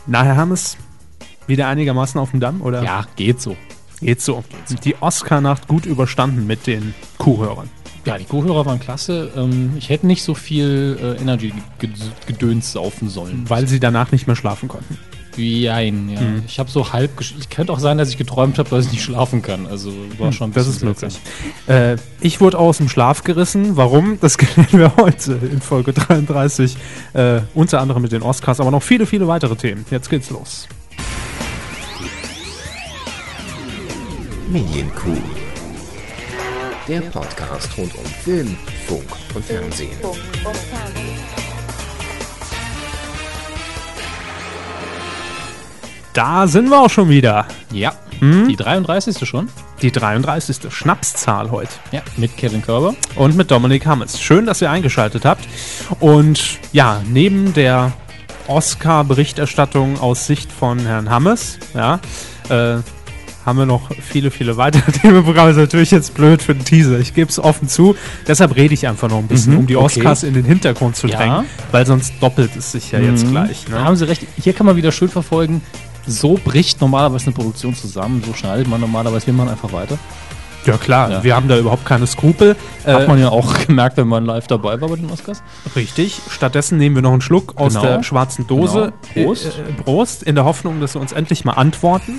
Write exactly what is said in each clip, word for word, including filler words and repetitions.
Na, Herr Hammes, wieder einigermaßen auf dem Damm, oder? Ja, geht so. Geht so. Die Oscar-Nacht gut überstanden mit den Kuhhörern. Ja, die Kuhhörer waren klasse. Ähm, ich hätte nicht so viel äh, Energy-Gedöns saufen sollen. Weil sie danach nicht mehr schlafen konnten. Jein, ja. Mhm. Ich habe so halb... gesch- Ich könnte auch sein, dass ich geträumt habe, dass ich nicht schlafen kann. Also war schon ein Das bisschen ist seltsam. möglich. Äh, ich wurde aus dem Schlaf gerissen. Warum? Das klären wir heute in Folge dreiunddreißig. Äh, unter anderem mit den Oscars, aber noch viele, viele weitere Themen. Jetzt geht's los. Medienkuh. Der Podcast rund um Film, Funk und Fernsehen. Da sind wir auch schon wieder. Ja, Hm? die dreiunddreißigste schon. Die dreiunddreißigste Schnapszahl heute. Ja, mit Kevin Körber. Und mit Dominik Hammes. Schön, dass ihr eingeschaltet habt. Und ja, neben der Oscar-Berichterstattung aus Sicht von Herrn Hammes, ja, äh, haben wir noch viele, viele weitere Themen im Programm. Ist natürlich jetzt blöd für den Teaser. Ich gebe es offen zu. Deshalb rede ich einfach noch ein bisschen, Mhm, um die okay. Oscars in den Hintergrund zu Ja. drängen, weil sonst doppelt es sich ja jetzt Mhm. gleich. Da Ne? haben Sie recht. Hier kann man wieder schön verfolgen. So bricht normalerweise eine Produktion zusammen. So schneidet man normalerweise. Wir machen einfach weiter. Ja klar, Ja. wir haben da überhaupt keine Skrupel. Hat Äh, man ja auch gemerkt, wenn man live dabei war bei den Oscars. Richtig. Stattdessen nehmen wir noch einen Schluck aus Genau. der schwarzen Dose. Genau. Prost. Äh, äh, Prost, in der Hoffnung, dass Sie uns endlich mal antworten.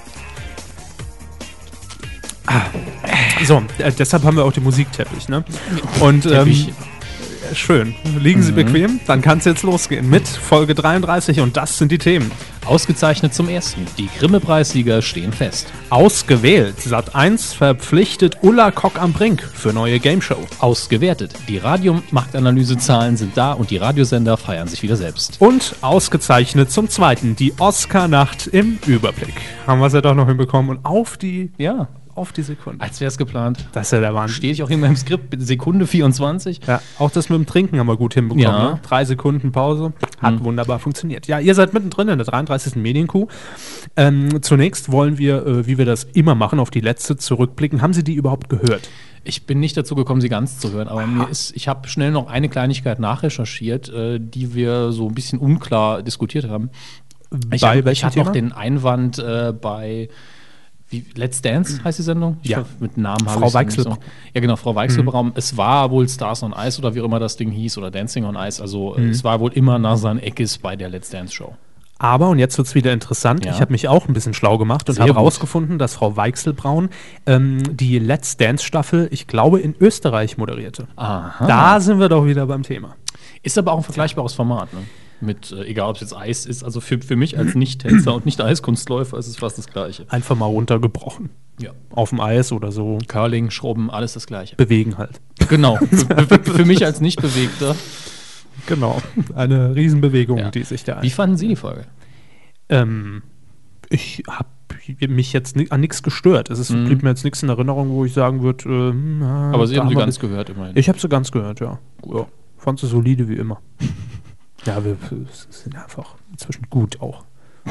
Ah. So, äh, deshalb haben wir auch den Musikteppich, ne? Und ähm, Teppich. schön. Liegen Sie Mhm. bequem, dann kann es jetzt losgehen mit Folge dreiunddreißig und das sind die Themen. Ausgezeichnet zum ersten. Die Grimme-Preissieger stehen fest. Ausgewählt. Sat eins verpflichtet Ulla Kock am Brink für neue Gameshow. Ausgewertet. Die Radiomarktanalysezahlen sind da und die Radiosender feiern sich wieder selbst. Und ausgezeichnet zum zweiten die Oscar-Nacht im Überblick. Haben wir es ja doch noch hinbekommen und auf die, Ja, auf die Sekunde. als wäre es geplant. Das ist ja der Wahnsinn. Steht ich auch in meinem Skript, Sekunde vierundzwanzig. Ja, auch das mit dem Trinken haben wir gut hinbekommen. Ja. Ne? Drei Sekunden Pause. Hat Mhm. wunderbar funktioniert. Ja, ihr seid mittendrin in der dreiunddreißigsten Medienkuh. Ähm, zunächst wollen wir, äh, wie wir das immer machen, auf die letzte zurückblicken. Haben Sie die überhaupt gehört? Ich bin nicht dazu gekommen, sie ganz zu hören, aber mir ist, ich habe schnell noch eine Kleinigkeit nachrecherchiert, äh, die wir so ein bisschen unklar diskutiert haben. Ich, Bei hab, ich welchem hatte noch Thema? den Einwand äh, bei wie, Let's Dance heißt die Sendung? Ich Ja. glaub, mit Namen habe Frau ich's noch nicht Weichselbraun. So. Ja, genau, Frau Weichselbraun. Es war wohl Stars on Ice oder wie auch immer das Ding hieß oder Dancing on Ice. Also äh, es war wohl immer Nasan Eckes bei der Let's Dance Show. Aber, und jetzt wird es wieder interessant, Ja. ich habe mich auch ein bisschen schlau gemacht und Sehr habe gut. herausgefunden, dass Frau Weichselbraun ähm, die Let's Dance-Staffel, ich glaube, in Österreich moderierte. Aha. Da sind wir doch wieder beim Thema. Ist aber auch ein vergleichbares Format, ne? Mit, äh, egal ob es jetzt Eis ist, also für, für mich als Nicht-Tänzer und Nicht-Eiskunstläufer ist es fast das Gleiche. Einfach mal runtergebrochen. Ja. Auf dem Eis oder so. Curling, Schrubben, alles das Gleiche. Bewegen halt. Genau. für, für, für mich als Nicht-Bewegter. Genau. Eine Riesenbewegung, Ja. die sich da Wie fanden Sie die Folge? Ähm, ich habe mich jetzt ni- an nichts gestört. Es ist, Mhm. blieb mir jetzt nichts in Erinnerung, wo ich sagen würde, äh, na, Aber Sie da haben sie wir- ganz gehört immerhin. Ich habe sie ganz gehört, ja. ja. Fand sie solide wie immer. Ja, wir es sind einfach inzwischen gut auch.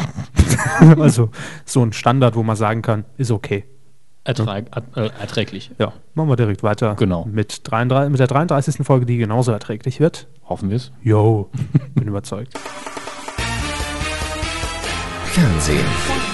Also so ein Standard, wo man sagen kann, ist okay. Ertrag, äh, erträglich. Ja, machen wir direkt weiter. Genau. Mit, dreiunddreißig, mit der dreiunddreißigsten Folge, die genauso erträglich wird. Hoffen wir es. Yo, bin überzeugt. Fernsehen.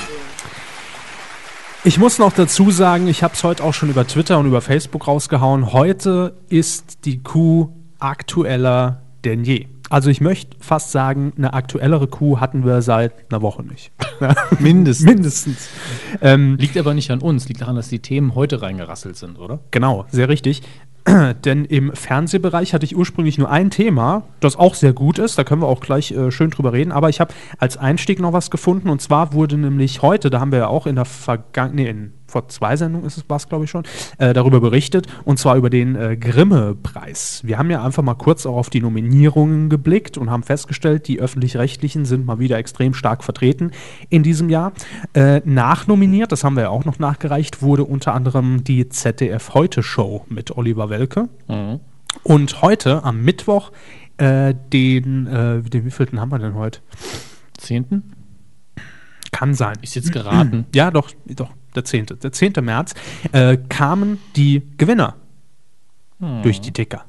Ich muss noch dazu sagen, ich habe es heute auch schon über Twitter und über Facebook rausgehauen. Heute ist die Kuh aktueller denn je. Also ich möchte fast sagen, eine aktuellere Kuh hatten wir seit einer Woche nicht. Mindestens. Mindestens. Ähm, Liegt aber nicht an uns, liegt daran, dass die Themen heute reingerasselt sind, oder? genau, sehr richtig. Denn im Fernsehbereich hatte ich ursprünglich nur ein Thema, das auch sehr gut ist, da können wir auch gleich äh, schön drüber reden, aber ich habe als Einstieg noch was gefunden und zwar wurde nämlich heute, da haben wir ja auch in der vergangenen, nee, in, vor zwei Sendungen ist es was, glaube ich schon, äh, darüber berichtet und zwar über den äh, Grimme-Preis. Wir haben ja einfach mal kurz auch auf die Nominierungen geblickt und haben festgestellt, die Öffentlich-Rechtlichen sind mal wieder extrem stark vertreten in diesem Jahr. Äh, nachnominiert, das haben wir ja auch noch nachgereicht, wurde unter anderem die Z D F-Heute-Show mit Oliver Welke. Mhm. Und heute, am Mittwoch, äh, den, äh, den wievielten haben wir denn heute? Zehnten? Kann sein. Ist jetzt geraten. Ja, doch, doch, der zehnte. Der zehnte März äh, kamen die Gewinner hm. durch die Ticker.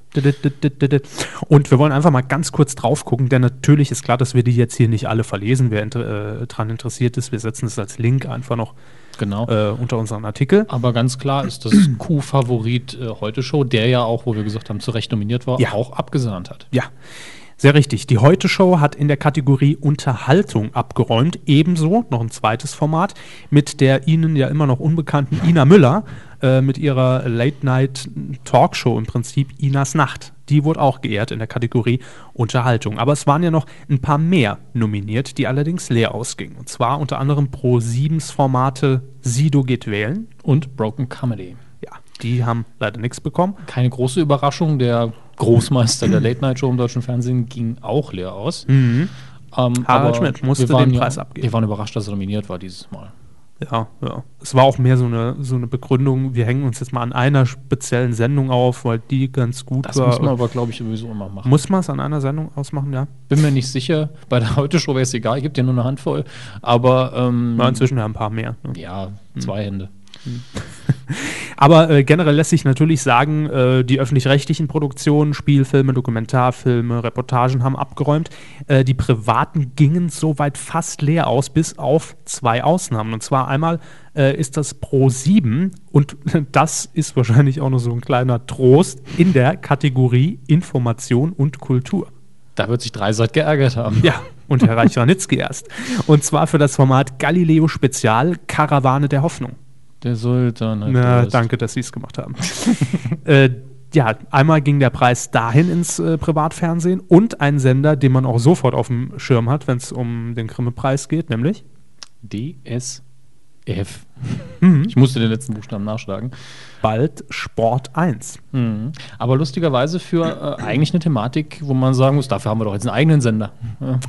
Und wir wollen einfach mal ganz kurz drauf gucken, denn natürlich ist klar, dass wir die jetzt hier nicht alle verlesen. Wer inter- äh, daran interessiert ist, wir setzen es als Link einfach noch genau. äh, unter unseren Artikel. Aber ganz klar ist das Q-Favorit äh, Heute-Show, der ja auch, wo wir gesagt haben, zu Recht nominiert war, ja. auch abgesahnt hat. Ja. Sehr richtig. Die Heute-Show hat in der Kategorie Unterhaltung abgeräumt. Ebenso noch ein zweites Format mit der Ihnen ja immer noch unbekannten Ina Müller äh, mit ihrer Late-Night-Talkshow im Prinzip Inas Nacht. Die wurde auch geehrt in der Kategorie Unterhaltung. Aber es waren ja noch ein paar mehr nominiert, die allerdings leer ausgingen. Und zwar unter anderem Pro siebens Formate Sido geht wählen und Broken Comedy. Ja, die haben leider nichts bekommen. Keine große Überraschung, der Großmeister der Late-Night-Show im deutschen Fernsehen ging auch leer aus. Mhm. Ähm, Harald Schmidt musste den Preis ja, abgeben. Wir waren überrascht, dass er nominiert war dieses Mal. Ja, ja. Es war auch mehr so eine, so eine Begründung, wir hängen uns jetzt mal an einer speziellen Sendung auf, weil die ganz gut das war. Das muss man aber, glaube ich, sowieso immer machen. Muss man es an einer Sendung ausmachen, ja? Bin mir nicht sicher. Bei der Heute-Show wäre es egal, gibt ja nur eine Handvoll. Aber ähm, ja, inzwischen ja ein paar mehr. Ne? Ja, zwei hm. Hände. Hm. Aber äh, generell lässt sich natürlich sagen, äh, die öffentlich-rechtlichen Produktionen, Spielfilme, Dokumentarfilme, Reportagen haben abgeräumt. Äh, die privaten gingen soweit fast leer aus, bis auf zwei Ausnahmen. Und zwar einmal äh, ist das Pro sieben und das ist wahrscheinlich auch noch so ein kleiner Trost in der Kategorie Information und Kultur. Da wird sich Dreisat geärgert haben. Ja, und Herr Reich-Ranitzky erst. Und zwar für das Format Galileo Spezial Karawane der Hoffnung. Der Sultan hat Na, das. danke, dass Sie es gemacht haben. äh, ja, einmal ging der Preis dahin ins äh, Privatfernsehen und ein Sender, den man auch sofort auf dem Schirm hat, wenn es um den Grimme-Preis geht, nämlich D S F. Mhm. Ich musste den letzten Buchstaben nachschlagen. Bald Sport eins. Mhm. Aber lustigerweise für äh, eigentlich eine Thematik, wo man sagen muss, dafür haben wir doch jetzt einen eigenen Sender. Ja.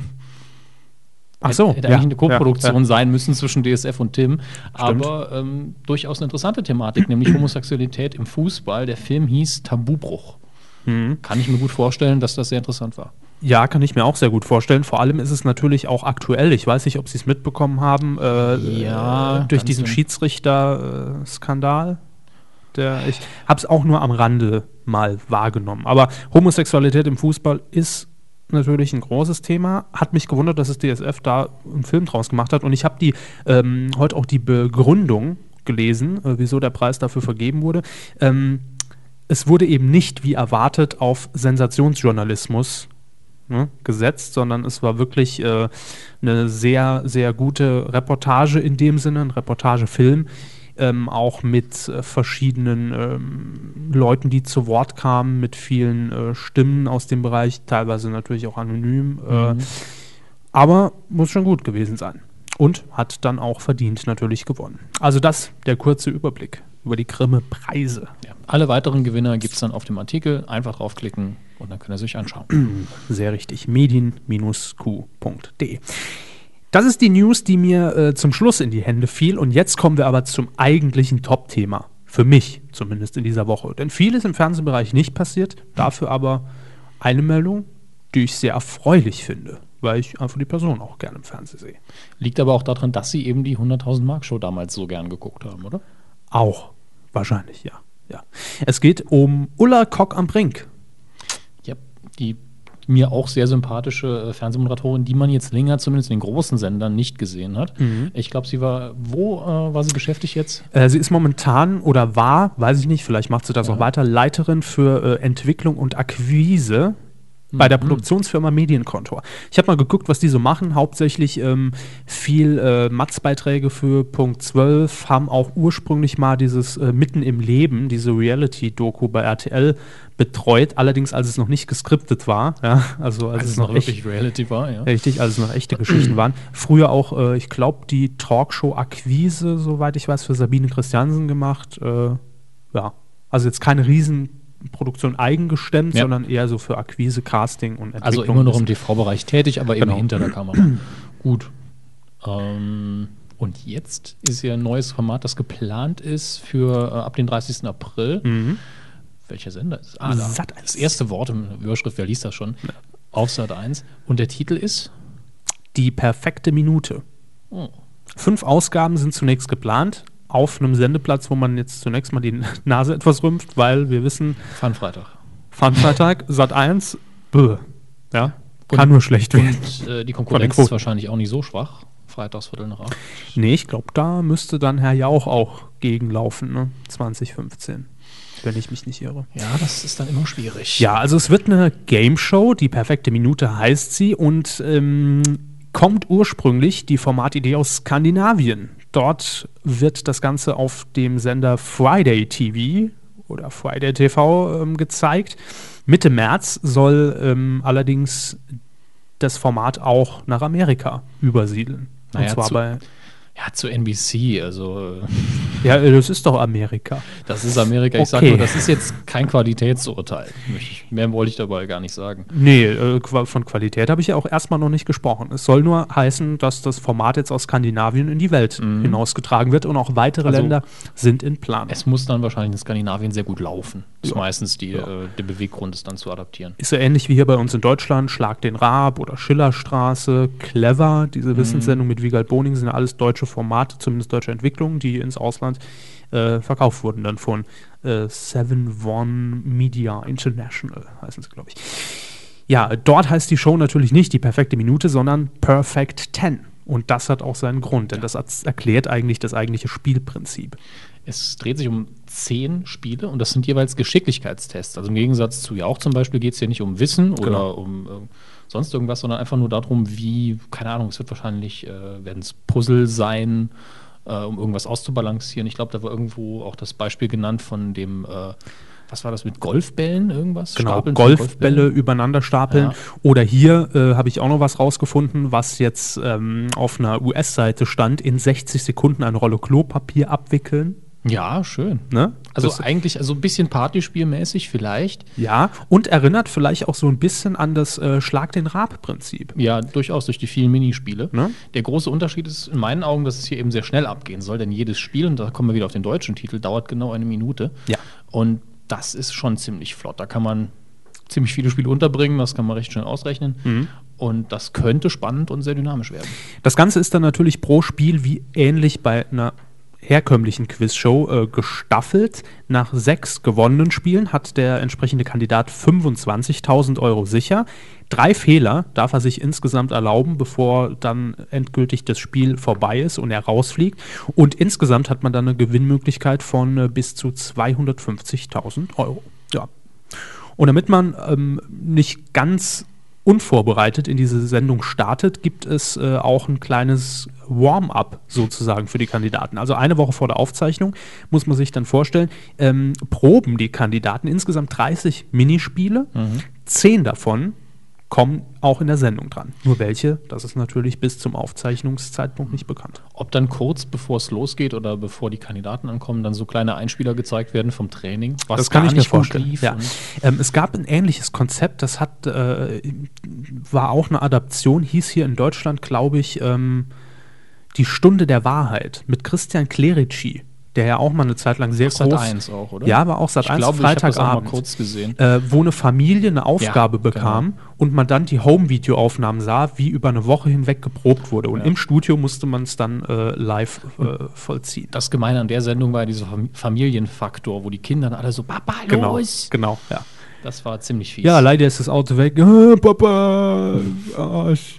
Ach so, hätte ja, eigentlich eine Co-Produktion ja, ja. sein müssen zwischen D S F und Tim, Stimmt. aber ähm, durchaus eine interessante Thematik, nämlich Homosexualität im Fußball. Der Film hieß Tabubruch. Mhm. Kann ich mir gut vorstellen, dass das sehr interessant war. Ja, kann ich mir auch sehr gut vorstellen. Vor allem ist es natürlich auch aktuell. Ich weiß nicht, ob Sie es mitbekommen haben, äh, ja, äh, durch diesen Schiedsrichter-Skandal. Der, ich habe es auch nur am Rande mal wahrgenommen. Aber Homosexualität im Fußball ist natürlich ein großes Thema. Hat mich gewundert, dass das D S F da einen Film draus gemacht hat. Und ich habe die ähm, heute auch die Begründung gelesen, äh, wieso der Preis dafür vergeben wurde. Ähm, es wurde eben nicht wie erwartet auf Sensationsjournalismus ne, gesetzt, sondern es war wirklich äh, eine sehr, sehr gute Reportage in dem Sinne, ein Reportagefilm. Ähm, auch mit äh, verschiedenen ähm, Leuten, die zu Wort kamen, mit vielen äh, Stimmen aus dem Bereich, teilweise natürlich auch anonym. Äh, Mhm. Aber muss schon gut gewesen sein. Und hat dann auch verdient natürlich gewonnen. Also das, der kurze Überblick über die Grimme-Preise. Ja. Alle weiteren Gewinner gibt es dann auf dem Artikel. Einfach draufklicken und dann können Sie sich anschauen. Sehr richtig. medien Bindestrich q Punkt de. Das ist die News, die mir äh, zum Schluss in die Hände fiel. Und jetzt kommen wir aber zum eigentlichen Top-Thema. Für mich zumindest in dieser Woche. Denn viel ist im Fernsehbereich nicht passiert. Dafür aber eine Meldung, die ich sehr erfreulich finde. Weil ich einfach die Person auch gerne im Fernsehen sehe. Liegt aber auch daran, dass Sie eben die hunderttausend Mark Show damals so gern geguckt haben, oder? Auch. Wahrscheinlich, ja. ja. Es geht um Ulla Kock am Brink. Ja, die mir auch sehr sympathische äh, Fernsehmoderatorin, die man jetzt länger, zumindest in den großen Sendern, nicht gesehen hat. Mhm. Ich glaube, sie war, wo äh, war sie beschäftigt jetzt? Äh, sie ist momentan oder war, weiß ich nicht, vielleicht macht sie das Ja. auch weiter, Leiterin für äh, Entwicklung und Akquise bei der Mhm. Produktionsfirma Medienkontor. Ich habe mal geguckt, was die so machen. Hauptsächlich ähm, viel äh, Matz-Beiträge für Punkt zwölf, haben auch ursprünglich mal dieses äh, Mitten im Leben, diese Reality-Doku bei R T L betreut, allerdings als es noch nicht geskriptet war. Ja? Also als, Als es noch wirklich echt, Reality war, ja. richtig, als es noch echte Geschichten waren. Früher auch, äh, ich glaube, die Talkshow Akquise, soweit ich weiß, für Sabine Christiansen gemacht. Äh, ja, also jetzt keine riesen Produktion eigengestemmt, Ja. sondern eher so für Akquise, Casting und Entwicklung. Also immer noch im T V-Bereich tätig, aber eben Genau. hinter der Kamera. Gut. Ähm, und jetzt ist ja ein neues Format, das geplant ist für äh, ab den dreißigsten April. Mhm. Welcher Sender ist es? Ah, da. Sat eins. Das erste Wort in der Überschrift, wer liest das schon? Auf Sat eins. Und der Titel ist? Die perfekte Minute. Oh. Fünf Ausgaben sind zunächst geplant. auf einem Sendeplatz, wo man jetzt zunächst mal die Nase etwas rümpft, weil wir wissen, Fun-Freitag. Fun-Freitag, Sat eins, bäh, ja, kann Und- nur schlecht werden. Und äh, die Von Konkurrenz den ist Quoten. wahrscheinlich auch nicht so schwach. Freitags Viertel nach acht. Nee, ich glaube, da müsste dann Herr Jauch auch gegenlaufen, ne? zwanzig fünfzehn, wenn ich mich nicht irre. Ja, das ist dann immer schwierig. Ja, also es wird eine Game Show, die perfekte Minute heißt sie und ähm, kommt ursprünglich die Formatidee aus Skandinavien. Dort wird das Ganze auf dem Sender Friday T V oder Friday T V ähm, gezeigt. Mitte März soll ähm, allerdings das Format auch nach Amerika übersiedeln. Und Naja, zwar zu- bei, Ja, zu N B C, also äh, ja, äh, das ist doch Amerika. das ist Amerika. Ich sage Okay. nur, das ist jetzt kein Qualitätsurteil. Möchte ich- Mehr wollte ich dabei gar nicht sagen. Nee, äh, qua- von Qualität habe ich ja auch erstmal noch nicht gesprochen. Es soll nur heißen, dass das Format jetzt aus Skandinavien in die Welt hinausgetragen wird und auch weitere Also, Länder sind in Planung. Es muss dann wahrscheinlich in Skandinavien sehr gut laufen. Ist Ja. meistens die, Ja. äh, der Beweggrund, es dann zu adaptieren. Ist ja ähnlich wie hier bei uns in Deutschland, Schlag den Raab oder Schillerstraße, Clever, diese Wissenssendung mit Wiegald Boning sind ja alles deutsche Formate, zumindest deutsche Entwicklungen, die ins Ausland äh, verkauft wurden dann von äh, Seven One Media International, heißen sie, glaube ich. Ja, dort heißt die Show natürlich nicht die perfekte Minute, sondern Perfect Ten. Und das hat auch seinen Grund, denn das az- erklärt eigentlich das eigentliche Spielprinzip. Es dreht sich um zehn Spiele und das sind jeweils Geschicklichkeitstests. Also im Gegensatz zu ja auch zum Beispiel geht es hier nicht um Wissen oder Genau. um äh, sonst irgendwas, sondern einfach nur darum, wie, keine Ahnung, es wird wahrscheinlich, äh, werden es Puzzle sein, äh, um irgendwas auszubalancieren. Ich glaube, da war irgendwo auch das Beispiel genannt von dem, äh, was war das mit Golfbällen, irgendwas? Genau, Stapeln von Golfbälle übereinander stapeln. Ja. Oder hier äh, habe ich auch noch was rausgefunden, was jetzt ähm, auf einer U S-Seite stand, in sechzig Sekunden eine Rolle Klopapier abwickeln. Ja, schön. Ne? Also Das- eigentlich, also ein bisschen Partyspielmäßig vielleicht. ja, und erinnert vielleicht auch so ein bisschen an das äh, Schlag den Raab-Prinzip. Ja, durchaus durch die vielen Minispiele. Ne? Der große Unterschied ist in meinen Augen, dass es hier eben sehr schnell abgehen soll, denn jedes Spiel, und da kommen wir wieder auf den deutschen Titel, dauert genau eine Minute. Ja. Und das ist schon ziemlich flott. Da kann man ziemlich viele Spiele unterbringen, das kann man recht schnell ausrechnen. Mhm. Und das könnte spannend und sehr dynamisch werden. Das Ganze ist dann natürlich pro Spiel wie ähnlich bei einer herkömmlichen Quizshow äh, gestaffelt. Nach sechs gewonnenen Spielen hat der entsprechende Kandidat fünfundzwanzigtausend Euro sicher. Drei Fehler darf er sich insgesamt erlauben, bevor dann endgültig das Spiel vorbei ist und er rausfliegt. Und insgesamt hat man dann eine Gewinnmöglichkeit von äh, bis zu zweihundertfünfzigtausend Euro. Ja. Und damit man ähm, nicht ganz unvorbereitet in diese Sendung startet, gibt es äh, auch ein kleines Warm-up sozusagen für die Kandidaten. Also eine Woche vor der Aufzeichnung muss man sich dann vorstellen, ähm, proben die Kandidaten insgesamt dreißig Minispiele, zehn davon kommen auch in der Sendung dran. Nur welche, das ist natürlich bis zum Aufzeichnungszeitpunkt nicht bekannt. Ob dann kurz bevor es losgeht oder bevor die Kandidaten ankommen, dann so kleine Einspieler gezeigt werden vom Training, was Das kann gar ich mir nicht gut vorstellen. lief Ja. und- Ähm, es gab ein ähnliches Konzept, das hat, äh, war auch eine Adaption, hieß hier in Deutschland, glaube ich, ähm, Die Stunde der Wahrheit mit Christian Clerici, der ja auch mal eine Zeit lang sehr Sat groß... eins auch, oder? Ja, aber auch Sat Ich eins glaube, ich habe das auch mal Freitagabend. kurz gesehen. Äh, wo eine Familie eine Aufgabe Ja, bekam genau. und man dann die Home-Video-Aufnahmen sah, wie über eine Woche hinweg geprobt wurde. Und Ja. im Studio musste man es dann äh, live äh, vollziehen. Das Gemeine an der Sendung war dieser Fam- Familienfaktor, wo die Kinder dann alle so, Papa, Genau, los! genau, ja. Das war ziemlich fies. Ja, leider ist das Auto weg. Äh, Papa, Arsch.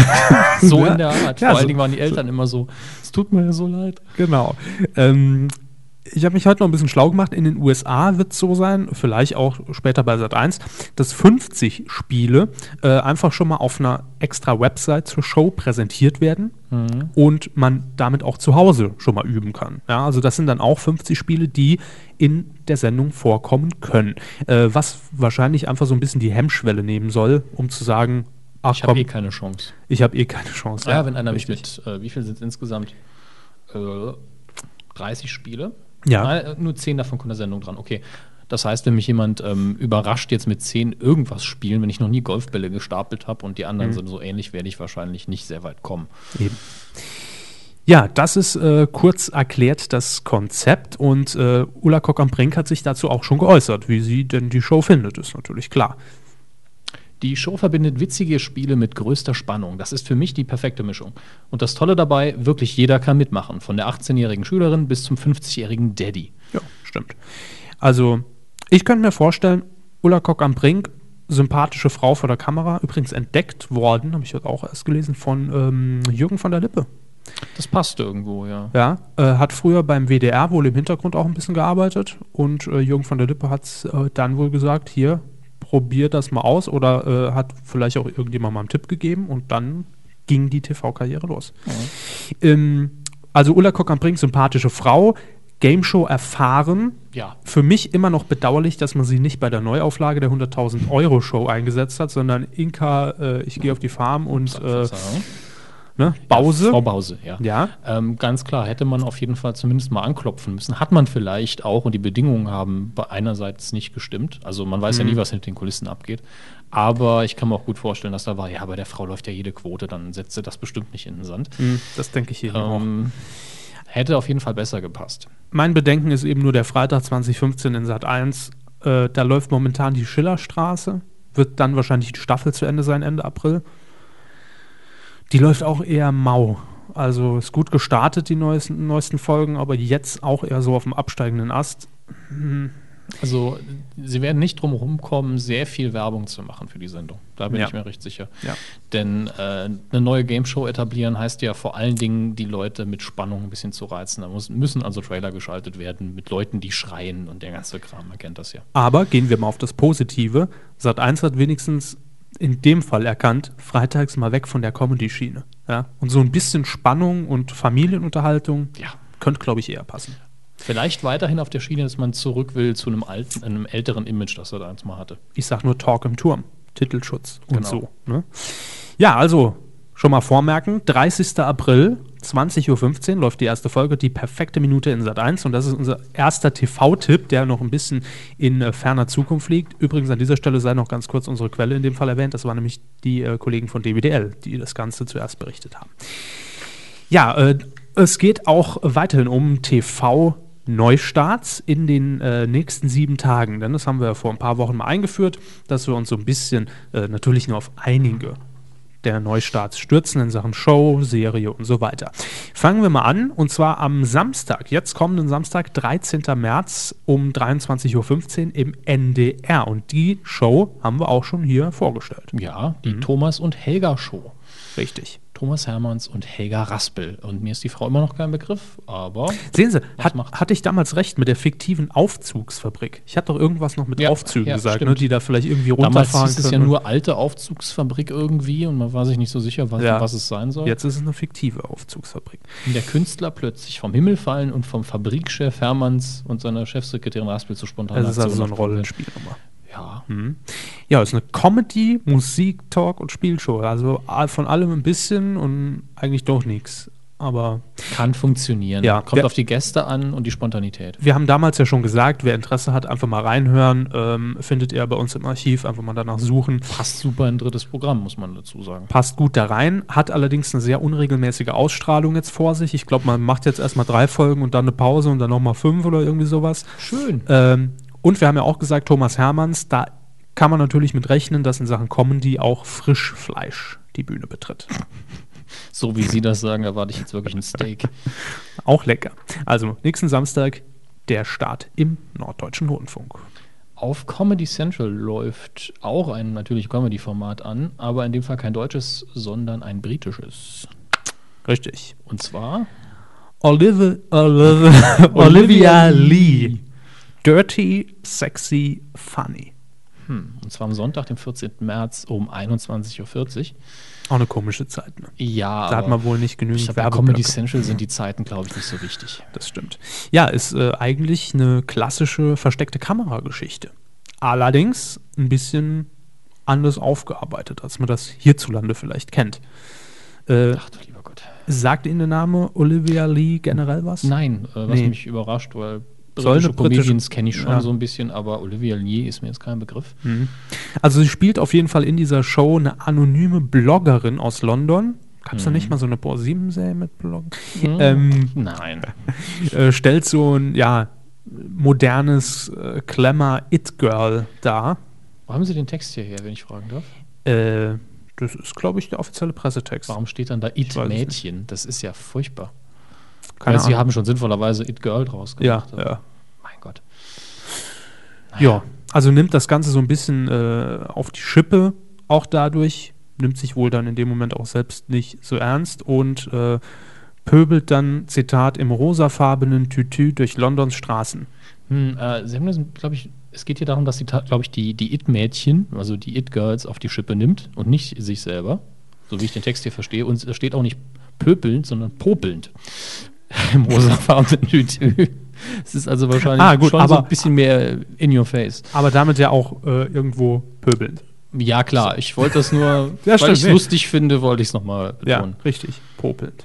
so Ja. in der Art. Ja, Vor so- allen Dingen waren die Eltern immer so, es tut mir so leid. Genau. Ähm, ich habe mich heute noch ein bisschen schlau gemacht. In den U S A wird es so sein, vielleicht auch später bei Sat eins, dass fünfzig Spiele äh, einfach schon mal auf einer extra Website zur Show präsentiert werden und man damit auch zu Hause schon mal üben kann. Ja, also das sind dann auch fünfzig Spiele, die in der Sendung vorkommen können. Äh, was wahrscheinlich einfach so ein bisschen die Hemmschwelle nehmen soll, um zu sagen, ach Ich habe komm, eh keine Chance. ich habe eh keine Chance. Ja, wenn einer mich richtig. mit, äh, wie viel sind es insgesamt? Äh, dreißig Spiele? Ja. Nein, äh, nur zehn davon kommt in der Sendung dran. Okay. Das heißt, wenn mich jemand ähm, überrascht jetzt mit zehn irgendwas spielen, wenn ich noch nie Golfbälle gestapelt habe und die anderen Mhm. sind so ähnlich, werde ich wahrscheinlich nicht sehr weit kommen. Eben. Ja, das ist äh, kurz erklärt das Konzept und äh, Ulla Kock am Brink hat sich dazu auch schon geäußert, wie sie denn die Show findet, ist natürlich klar. Die Show verbindet witzige Spiele mit größter Spannung. Das ist für mich die perfekte Mischung. Und das Tolle dabei, wirklich jeder kann mitmachen. Von der achtzehnjährigen Schülerin bis zum fünfzigjährigen Daddy. Ja, stimmt. Also, ich könnte mir vorstellen, Ulla Kock am Brink, sympathische Frau vor der Kamera, übrigens entdeckt worden, habe ich heute auch erst gelesen, von ähm, Jürgen von der Lippe. Das passt irgendwo, ja. Ja, äh, hat früher beim W D R wohl im Hintergrund auch ein bisschen gearbeitet und äh, Jürgen von der Lippe hat äh, dann wohl gesagt, hier, probier das mal aus oder äh, hat vielleicht auch irgendjemand mal einen Tipp gegeben und dann ging die T V-Karriere los. Mhm. Ähm, also Ulla Kock am Brink, sympathische Frau, Gameshow erfahren. Ja. Für mich immer noch bedauerlich, dass man sie nicht bei der Neuauflage der hunderttausend Euro Show eingesetzt hat, sondern Inka, äh, ich gehe auf die Farm und äh, ne, Bause. Ja, Frau Bause, ja. Ja. Ähm, ganz klar, hätte man auf jeden Fall zumindest mal anklopfen müssen. Hat man vielleicht auch und die Bedingungen haben bei einerseits nicht gestimmt. Also man weiß mhm. ja nie, was hinter den Kulissen abgeht. Aber ich kann mir auch gut vorstellen, dass da war, ja, bei der Frau läuft ja jede Quote, dann setzt sie das bestimmt nicht in den Sand. Mhm, das denke ich hier ähm, auch. Hätte auf jeden Fall besser gepasst. Mein Bedenken ist eben nur der Freitag zwanzig fünfzehn in Sat eins. Äh, da läuft momentan die Schillerstraße. Wird dann wahrscheinlich die Staffel zu Ende sein, Ende April. Die läuft auch eher mau. Also ist gut gestartet, die neuesten, neuesten Folgen, aber jetzt auch eher so auf dem absteigenden Ast. Hm. Also sie werden nicht drum rumkommen, sehr viel Werbung zu machen für die Sendung. Da bin ja. ich mir recht sicher. Ja. Denn äh, eine neue Gameshow etablieren heißt ja vor allen Dingen, die Leute mit Spannung ein bisschen zu reizen. Da muss, müssen also Trailer geschaltet werden mit Leuten, die schreien und der ganze Kram. Man kennt das ja. Aber gehen wir mal auf das Positive. Sat eins hat wenigstens in dem Fall erkannt, freitags mal weg von der Comedy-Schiene. Ja? Und so ein bisschen Spannung und Familienunterhaltung ja. könnte, glaube ich, eher passen. Vielleicht weiterhin auf der Schiene, dass man zurück will zu einem alten, einem älteren Image, das er da eins mal hatte. Ich sag nur Talk im Turm, Titelschutz und genau. so. Ne? Ja, also schon mal vormerken, dreißigster April, zwanzig Uhr fünfzehn läuft die erste Folge, die perfekte Minute in Sat eins und das ist unser erster T V-Tipp, der noch ein bisschen in äh, ferner Zukunft liegt. Übrigens an dieser Stelle sei noch ganz kurz unsere Quelle in dem Fall erwähnt, das waren nämlich die äh, Kollegen von D W D L, die das Ganze zuerst berichtet haben. Ja, äh, es geht auch weiterhin um T V Neustarts in den äh, nächsten sieben Tagen, denn das haben wir vor ein paar Wochen mal eingeführt, dass wir uns so ein bisschen äh, natürlich nur auf einige der Neustarts stürzen in Sachen Show, Serie und so weiter. Fangen wir mal an, und zwar am Samstag, jetzt kommenden Samstag, dreizehnten März um dreiundzwanzig Uhr fünfzehn im N D R. Und die Show haben wir auch schon hier vorgestellt. Ja, die Mhm. Thomas und Helga Show. Richtig. Thomas Hermanns und Helga Raspel. Und mir ist die Frau immer noch kein Begriff, aber Sehen Sie, was hat, macht's? hatte ich damals recht mit der fiktiven Aufzugsfabrik. Ich hatte doch irgendwas noch mit Ja, Aufzügen ja, gesagt, stimmt. ne, die da vielleicht irgendwie damals runterfahren hieß es ja können. nur alte Aufzugsfabrik irgendwie und man war sich nicht so sicher, was, Ja. was es sein soll. Jetzt ist es eine fiktive Aufzugsfabrik. Und der Künstler plötzlich vom Himmel fallen und vom Fabrikchef Hermanns und seiner Chefsekretärin Raspel zu spontan. Das ist also so eine Rollenspielnummer. Ja. Mhm. Ja, es ist eine Comedy, Musik, Talk und Spielshow. Also a- von allem ein bisschen und eigentlich doch nichts. Aber Kann funktionieren. Ja, Kommt wer- auf die Gäste an und die Spontanität. wir haben damals ja schon gesagt, wer Interesse hat, einfach mal reinhören. Ähm, findet ihr bei uns im Archiv, einfach mal danach suchen. Passt super in ein drittes Programm, muss man dazu sagen. Passt gut da rein, hat allerdings eine sehr unregelmäßige Ausstrahlung jetzt vor sich. Ich glaube, man macht jetzt erstmal drei Folgen und dann eine Pause und dann nochmal fünf oder irgendwie sowas. Schön. Ähm, und wir haben ja auch gesagt, Thomas Hermanns, da kann man natürlich mit rechnen, dass in Sachen Comedy auch Frischfleisch die Bühne betritt. So wie Sie das sagen, erwarte ich jetzt wirklich ein Steak. Auch lecker. Also nächsten Samstag der Start im Norddeutschen Rundfunk. Auf Comedy Central läuft auch ein natürlich Comedy-Format an, aber in dem Fall kein deutsches, sondern ein britisches. Richtig. Und zwar Olive, Olive, Olivia Lee. Dirty, sexy, funny. Hm, und zwar am Sonntag, dem vierzehnten März um einundzwanzig Uhr vierzig. Auch eine komische Zeit, ne? Ja, Da hat man wohl nicht genügend ich glaub, bei Comedy Werbeblöcke. Central sind die Zeiten, glaube ich, nicht so wichtig. Das stimmt. Ja, ist äh, eigentlich eine klassische versteckte Kamerageschichte. Allerdings ein bisschen anders aufgearbeitet, als man das hierzulande vielleicht kennt. Äh, Ach du lieber Gott. sagt Ihnen der Name Olivia Lee generell was? Nein, äh, was Nee. mich überrascht, weil Soll eine britische britische- Comedians kenne ich schon Ja. so ein bisschen, aber Olivia Lee ist mir jetzt kein Begriff. Mhm. Also sie spielt auf jeden Fall in dieser Show eine anonyme Bloggerin aus London. Gab es da Mhm. nicht mal so eine ProSieben-Serie mit Bloggen? Mhm. Ähm, Nein. äh, stellt so ein, ja, modernes äh, Glamour-It-Girl dar. Wo haben Sie den Text hierher, wenn ich fragen darf? Äh, das ist, glaube ich, der offizielle Pressetext. Warum steht dann da weiß es It-Mädchen? Das ist ja furchtbar. Keine Weil sie Ahnung. haben schon sinnvollerweise It-Girl draus gemacht. Ja, ja. Mein Gott. Ja, also nimmt das Ganze so ein bisschen äh, auf die Schippe, auch dadurch, nimmt sich wohl dann in dem Moment auch selbst nicht so ernst und äh, pöbelt dann, Zitat, im rosafarbenen Tütü durch Londons Straßen. Hm, äh, sie haben das, glaube ich, es geht hier darum, dass sie, glaube ich, die, die It-Mädchen, also die It-Girls auf die Schippe nimmt und nicht sich selber, so wie ich den Text hier verstehe. Und es steht auch nicht pöpelnd, sondern popelnd im rosafarbenen Tütü. Es ist also wahrscheinlich Ah, gut, schon so aber- ein bisschen mehr in your face. Aber damit ja auch äh, irgendwo pöbelnd. Ja, klar, ich wollte das nur, Ja, weil stimmt, ich es nee. lustig finde, wollte ich es nochmal Ja, betonen. richtig, popelnd.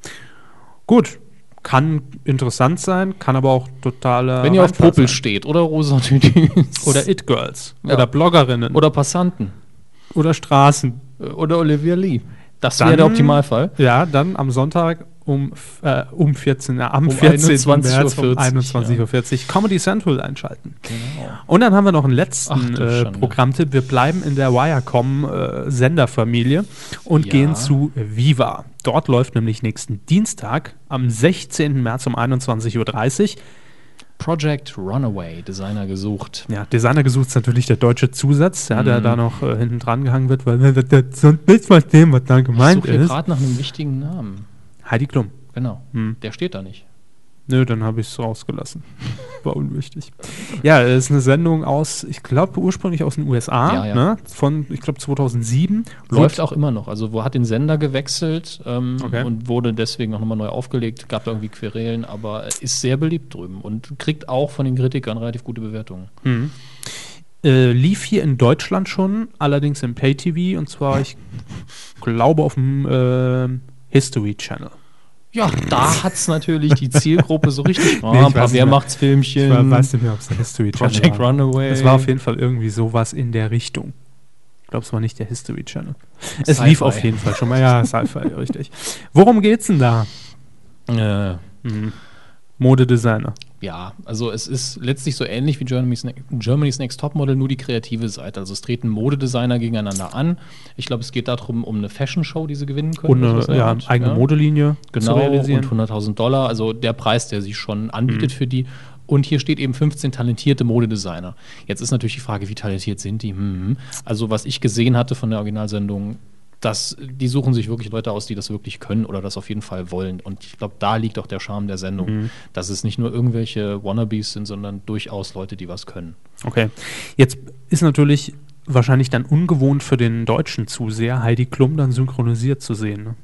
Gut, kann interessant sein, kann aber auch totaler Wenn ihr auf Reinfall Popel sein. steht oder rosa Tütüs Oder It-Girls. Ja. Oder Bloggerinnen. oder Passanten oder Straßen. äh, oder Olivia Lee. Das Dann- wäre der Optimalfall. Ja, dann am Sonntag um, äh, um vierzehn, äh, am Um vierzehnten einundzwanzig März Uhr um vierzig, einundzwanzig Uhr vierzig Comedy Central einschalten. Genau. Und dann haben wir noch einen Ach letzten du äh, Schande. Programmtipp. Wir bleiben in der Wirecom-Senderfamilie und Ja. gehen zu Viva. Dort läuft nämlich nächsten Dienstag am sechzehnten März um einundzwanzig Uhr dreißig. Project Runaway, Designer gesucht. Ja, Designer gesucht ist natürlich der deutsche Zusatz, ja, der Mhm. da noch äh, hinten dran gehangen wird, weil äh, das sonst nicht verstehen, was da Ich gemeint suche hier ist. gerade nach einem wichtigen Namen. Heidi Klum. Genau, Hm. der steht da nicht. Nö, dann habe ich es rausgelassen. War unwichtig. Ja, es ist eine Sendung aus, ich glaube ursprünglich aus den U S A, Ja, ja. Ne? Von, ich glaube, zweitausendsieben. Läuft Wird- auch immer noch. Also wo hat den Sender gewechselt ähm, Okay. und wurde deswegen auch nochmal neu aufgelegt. Gab da irgendwie Querelen, aber ist sehr beliebt drüben und kriegt auch von den Kritikern relativ gute Bewertungen. Mhm. Äh, lief hier in Deutschland schon, allerdings im Pay-T V, und zwar, ich glaube, auf dem äh, History Channel. Ja, da hat es natürlich die Zielgruppe so richtig. Oh, Nee, ich ein paar weiß nicht mehr. Wehrmachtsfilmchen. Ich weiß nicht mehr, ob es der History Channel Project war. Runaway. Es war auf jeden Fall irgendwie sowas in der Richtung. Ich glaube, es war nicht der History Channel. Es Sci-Fi. lief auf jeden Fall schon mal. Ja, Sci-Fi, richtig. Worum geht's denn da? Äh, Mhm. Modedesigner. ja, also es ist letztlich so ähnlich wie Germany's, Ne- Germany's Next Topmodel, nur die kreative Seite. Also es treten Modedesigner gegeneinander an. Ich glaube, es geht darum, um eine Fashion-Show, die sie gewinnen können. Und oder eine sowas in der ja, Art. eigene Ja. Modelinie zu Genau, realisieren. und hunderttausend Dollar, also der Preis, der sich schon anbietet Mhm. für die. Und hier steht eben fünfzehn talentierte Modedesigner. Jetzt ist natürlich die Frage, wie talentiert sind die? Hm. Also was ich gesehen hatte von der Originalsendung, dass die suchen sich wirklich Leute aus, die das wirklich können oder das auf jeden Fall wollen. Und ich glaube, da liegt auch der Charme der Sendung, Mhm. dass es nicht nur irgendwelche Wannabes sind, sondern durchaus Leute, die was können. Okay. Jetzt ist natürlich wahrscheinlich dann ungewohnt für den deutschen Zuseher, Heidi Klum dann synchronisiert zu sehen. Ne?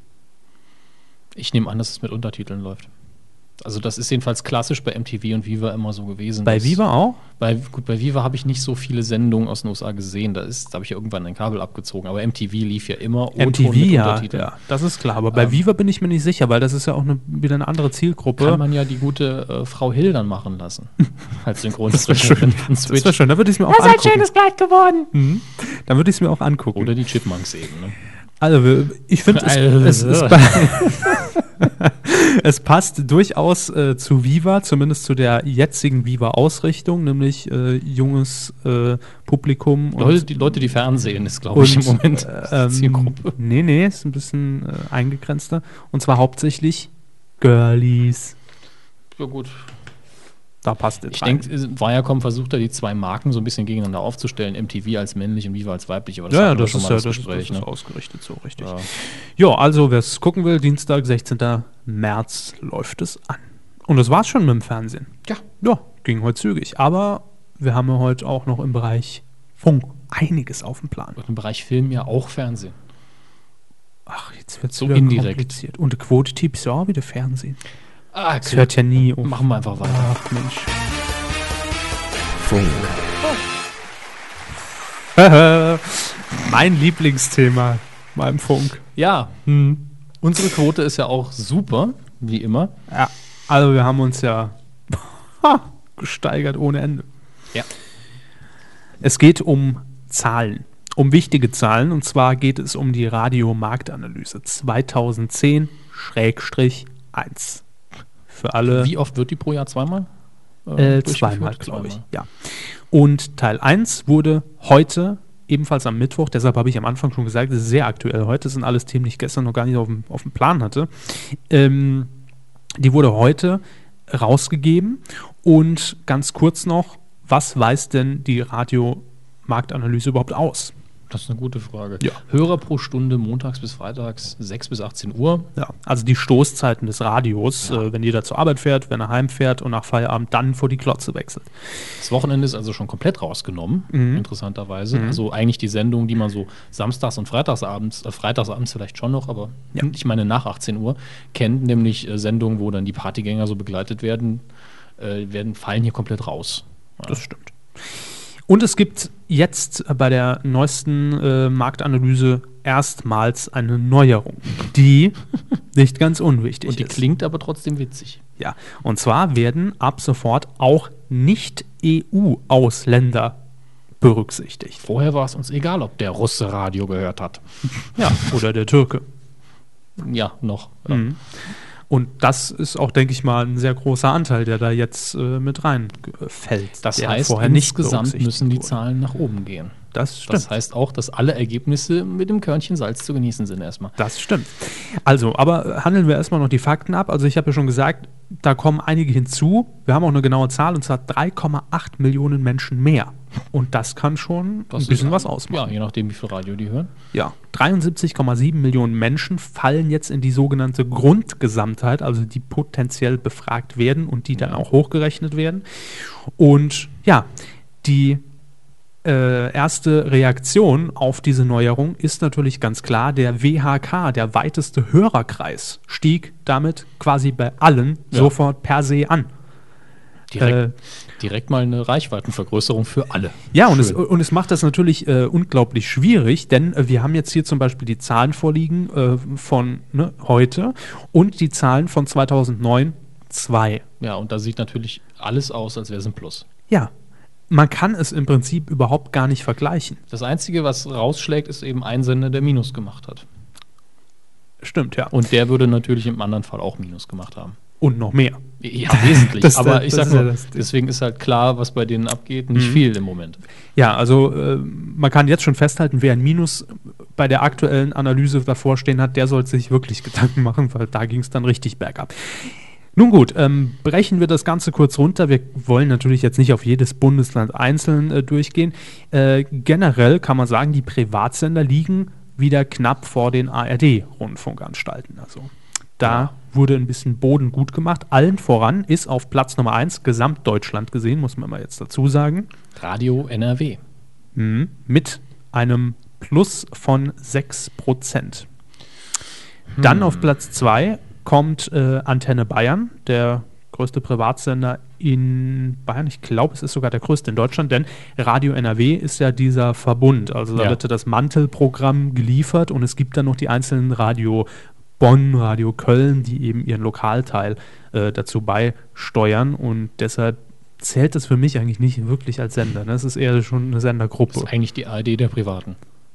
Ich nehme an, dass es mit Untertiteln läuft. Also das ist jedenfalls klassisch bei M T V und Viva immer so gewesen. Bei dass- Viva auch? Bei, gut, bei Viva habe ich nicht so viele Sendungen aus den U S A gesehen. Da, ist- da habe ich ja irgendwann ein Kabel abgezogen. Aber M T V lief ja immer M T V, O-Ton mit ja, Untertiteln. ja, das ist klar. Aber bei Ähm, Viva bin ich mir nicht sicher, weil das ist ja auch eine, wieder eine andere Zielgruppe. Kann man ja die gute äh, Frau Hill dann machen lassen. Als Das wäre Synchronsprecherin schön. von Das wäre Switch. schön. Da würde ich es mir auch angucken. Kleid geworden. Mhm. Dann würde ich es mir auch angucken. Oder die Chipmunks eben. Ne? Also, wir- ich finde, es, es, es, es passt durchaus äh, zu Viva, zumindest zu der jetzigen Viva-Ausrichtung, nämlich äh, junges äh, Publikum. und- Leute, die Leute, die Fernsehen, ist, glaube ich, im und, Moment äh, die Zielgruppe. ähm, nee, nee, ist ein bisschen äh, eingegrenzter. Und zwar hauptsächlich Girlies. Ja, gut. Da passt es Ich rein. denke, Viacom versucht da die zwei Marken so ein bisschen gegeneinander aufzustellen. M T V als männlich und Viva als weiblich. Aber ja, ja, hatten wir das schon ist mal ja das das, Gespräch, das ist ne? ausgerichtet so, richtig. Ja. Ja, also wer es gucken will, Dienstag, sechzehnten März läuft es an. Und das war's schon mit dem Fernsehen. Ja. Ja, ging heute zügig. Aber wir haben ja heute auch noch im Bereich Funk einiges auf dem Plan. Und im Bereich Film ja auch Fernsehen. Ach, jetzt wird es So wieder indirekt. kompliziert. Und Quote-Tipps ja auch wieder Fernsehen. Ah, Das hört ja nie auf. Machen wir einfach weiter. Ach, Mensch. Funk. Mein Lieblingsthema beim Funk. Ja, Hm. unsere Quote ist ja auch super, wie immer. Ja, also wir haben uns ja ha, gesteigert ohne Ende. Ja. Es geht um Zahlen, um wichtige Zahlen, und zwar geht es um die Radiomarktanalyse zweitausendzehn eins. Für alle Wie oft wird die pro Jahr zweimal? äh, durchgeführt? zweimal, glaube ich. Ja. Und Teil eins wurde heute ebenfalls am Mittwoch, deshalb habe ich am Anfang schon gesagt, es ist sehr aktuell heute, das sind alles Themen, die ich gestern noch gar nicht auf dem, auf dem Plan hatte. Ähm, die wurde heute rausgegeben und ganz kurz noch, was weist denn die Radiomarktanalyse überhaupt aus? Das ist eine gute Frage. Ja. Hörer pro Stunde montags bis freitags sechs bis achtzehn Uhr. Ja, also die Stoßzeiten des Radios, Ja. äh, wenn jeder zur Arbeit fährt, wenn er heimfährt und nach Feierabend dann vor die Klotze wechselt. Das Wochenende ist also schon komplett rausgenommen, Mhm. interessanterweise. Mhm. Also eigentlich die Sendung, die man so samstags und freitagsabends, äh, freitagsabends vielleicht schon noch, aber Ja. ich meine nach achtzehn Uhr, kennt, nämlich äh, Sendungen, wo dann die Partygänger so begleitet werden, äh, werden fallen hier komplett raus. Ja. Das stimmt. Und es gibt jetzt bei der neuesten äh, Marktanalyse erstmals eine Neuerung, die nicht ganz unwichtig Und die ist. klingt aber trotzdem witzig. Ja, und zwar werden ab sofort auch Nicht-E U-Ausländer berücksichtigt. Vorher war es uns egal, ob der Russe Radio gehört hat. Ja, oder der Türke. Ja, noch. Ja. Mhm. Und das ist auch, denke ich mal, ein sehr großer Anteil, der da jetzt äh, mit reinfällt. Das der heißt, vorher nicht insgesamt berücksichtigt müssen die wurde. Zahlen nach oben gehen. Das stimmt. Das heißt auch, dass alle Ergebnisse mit dem Körnchen Salz zu genießen sind erstmal. Das stimmt. Also, aber handeln wir erstmal noch die Fakten ab. Also ich habe ja schon gesagt, da kommen einige hinzu. Wir haben auch eine genaue Zahl, und zwar drei Komma acht Millionen Menschen mehr. Und das kann schon Das ein bisschen ist- was ausmachen. Ja, je nachdem, wie viel Radio die hören. Ja, dreiundsiebzig Komma sieben Millionen Menschen fallen jetzt in die sogenannte Grundgesamtheit, also die potenziell befragt werden und die dann auch hochgerechnet werden. Und ja, die äh, erste Reaktion auf diese Neuerung ist natürlich ganz klar, der W H K, der weiteste Hörerkreis, stieg damit quasi bei allen Ja. sofort per se an. Direkt, direkt mal eine Reichweitenvergrößerung für alle. Ja, und es, Schön. und es macht das natürlich äh, unglaublich schwierig, denn äh, wir haben jetzt hier zum Beispiel die Zahlen vorliegen äh, von ne, heute und die Zahlen von zweitausendneun, zwei. Ja, und da sieht natürlich alles aus, als wäre es ein Plus. Ja, man kann es im Prinzip überhaupt gar nicht vergleichen. Das Einzige, was rausschlägt, ist eben ein Sender, der Minus gemacht hat. Stimmt, ja. Und der würde natürlich im anderen Fall auch Minus gemacht haben. Und noch mehr. Ja, wesentlich. Das- Aber das ich sag ist ja nur, das Ding. deswegen ist halt klar, was bei denen abgeht, nicht Mhm. viel im Moment. Ja, also äh, man kann jetzt schon festhalten, wer ein Minus bei der aktuellen Analyse davor stehen hat, der sollte sich wirklich Gedanken machen, weil da ging es dann richtig bergab. Nun gut, ähm, brechen wir das Ganze kurz runter. Wir wollen natürlich jetzt nicht auf jedes Bundesland einzeln äh, durchgehen. Äh, generell kann man sagen, die Privatsender liegen wieder knapp vor den A R D-Rundfunkanstalten. Also da Ja. wurde ein bisschen Boden gut gemacht. Allen voran ist auf Platz Nummer eins Gesamtdeutschland gesehen, muss man mal jetzt dazu sagen. Radio N R W. Mhm. Mit einem Plus von sechs Prozent. Dann auf Platz zwei kommt äh, Antenne Bayern, der größte Privatsender in Bayern. Ich glaube, es ist sogar der größte in Deutschland, denn Radio N R W ist ja dieser Verbund. Also da Ja. wird ja das Mantelprogramm geliefert und es gibt dann noch die einzelnen Radio Bonn, Radio Köln, die eben ihren Lokalteil äh, dazu beisteuern und deshalb zählt das für mich eigentlich nicht wirklich als Sender. Ne? Es ist eher schon eine Das Sendergruppe. ist eigentlich die A R D der Privaten.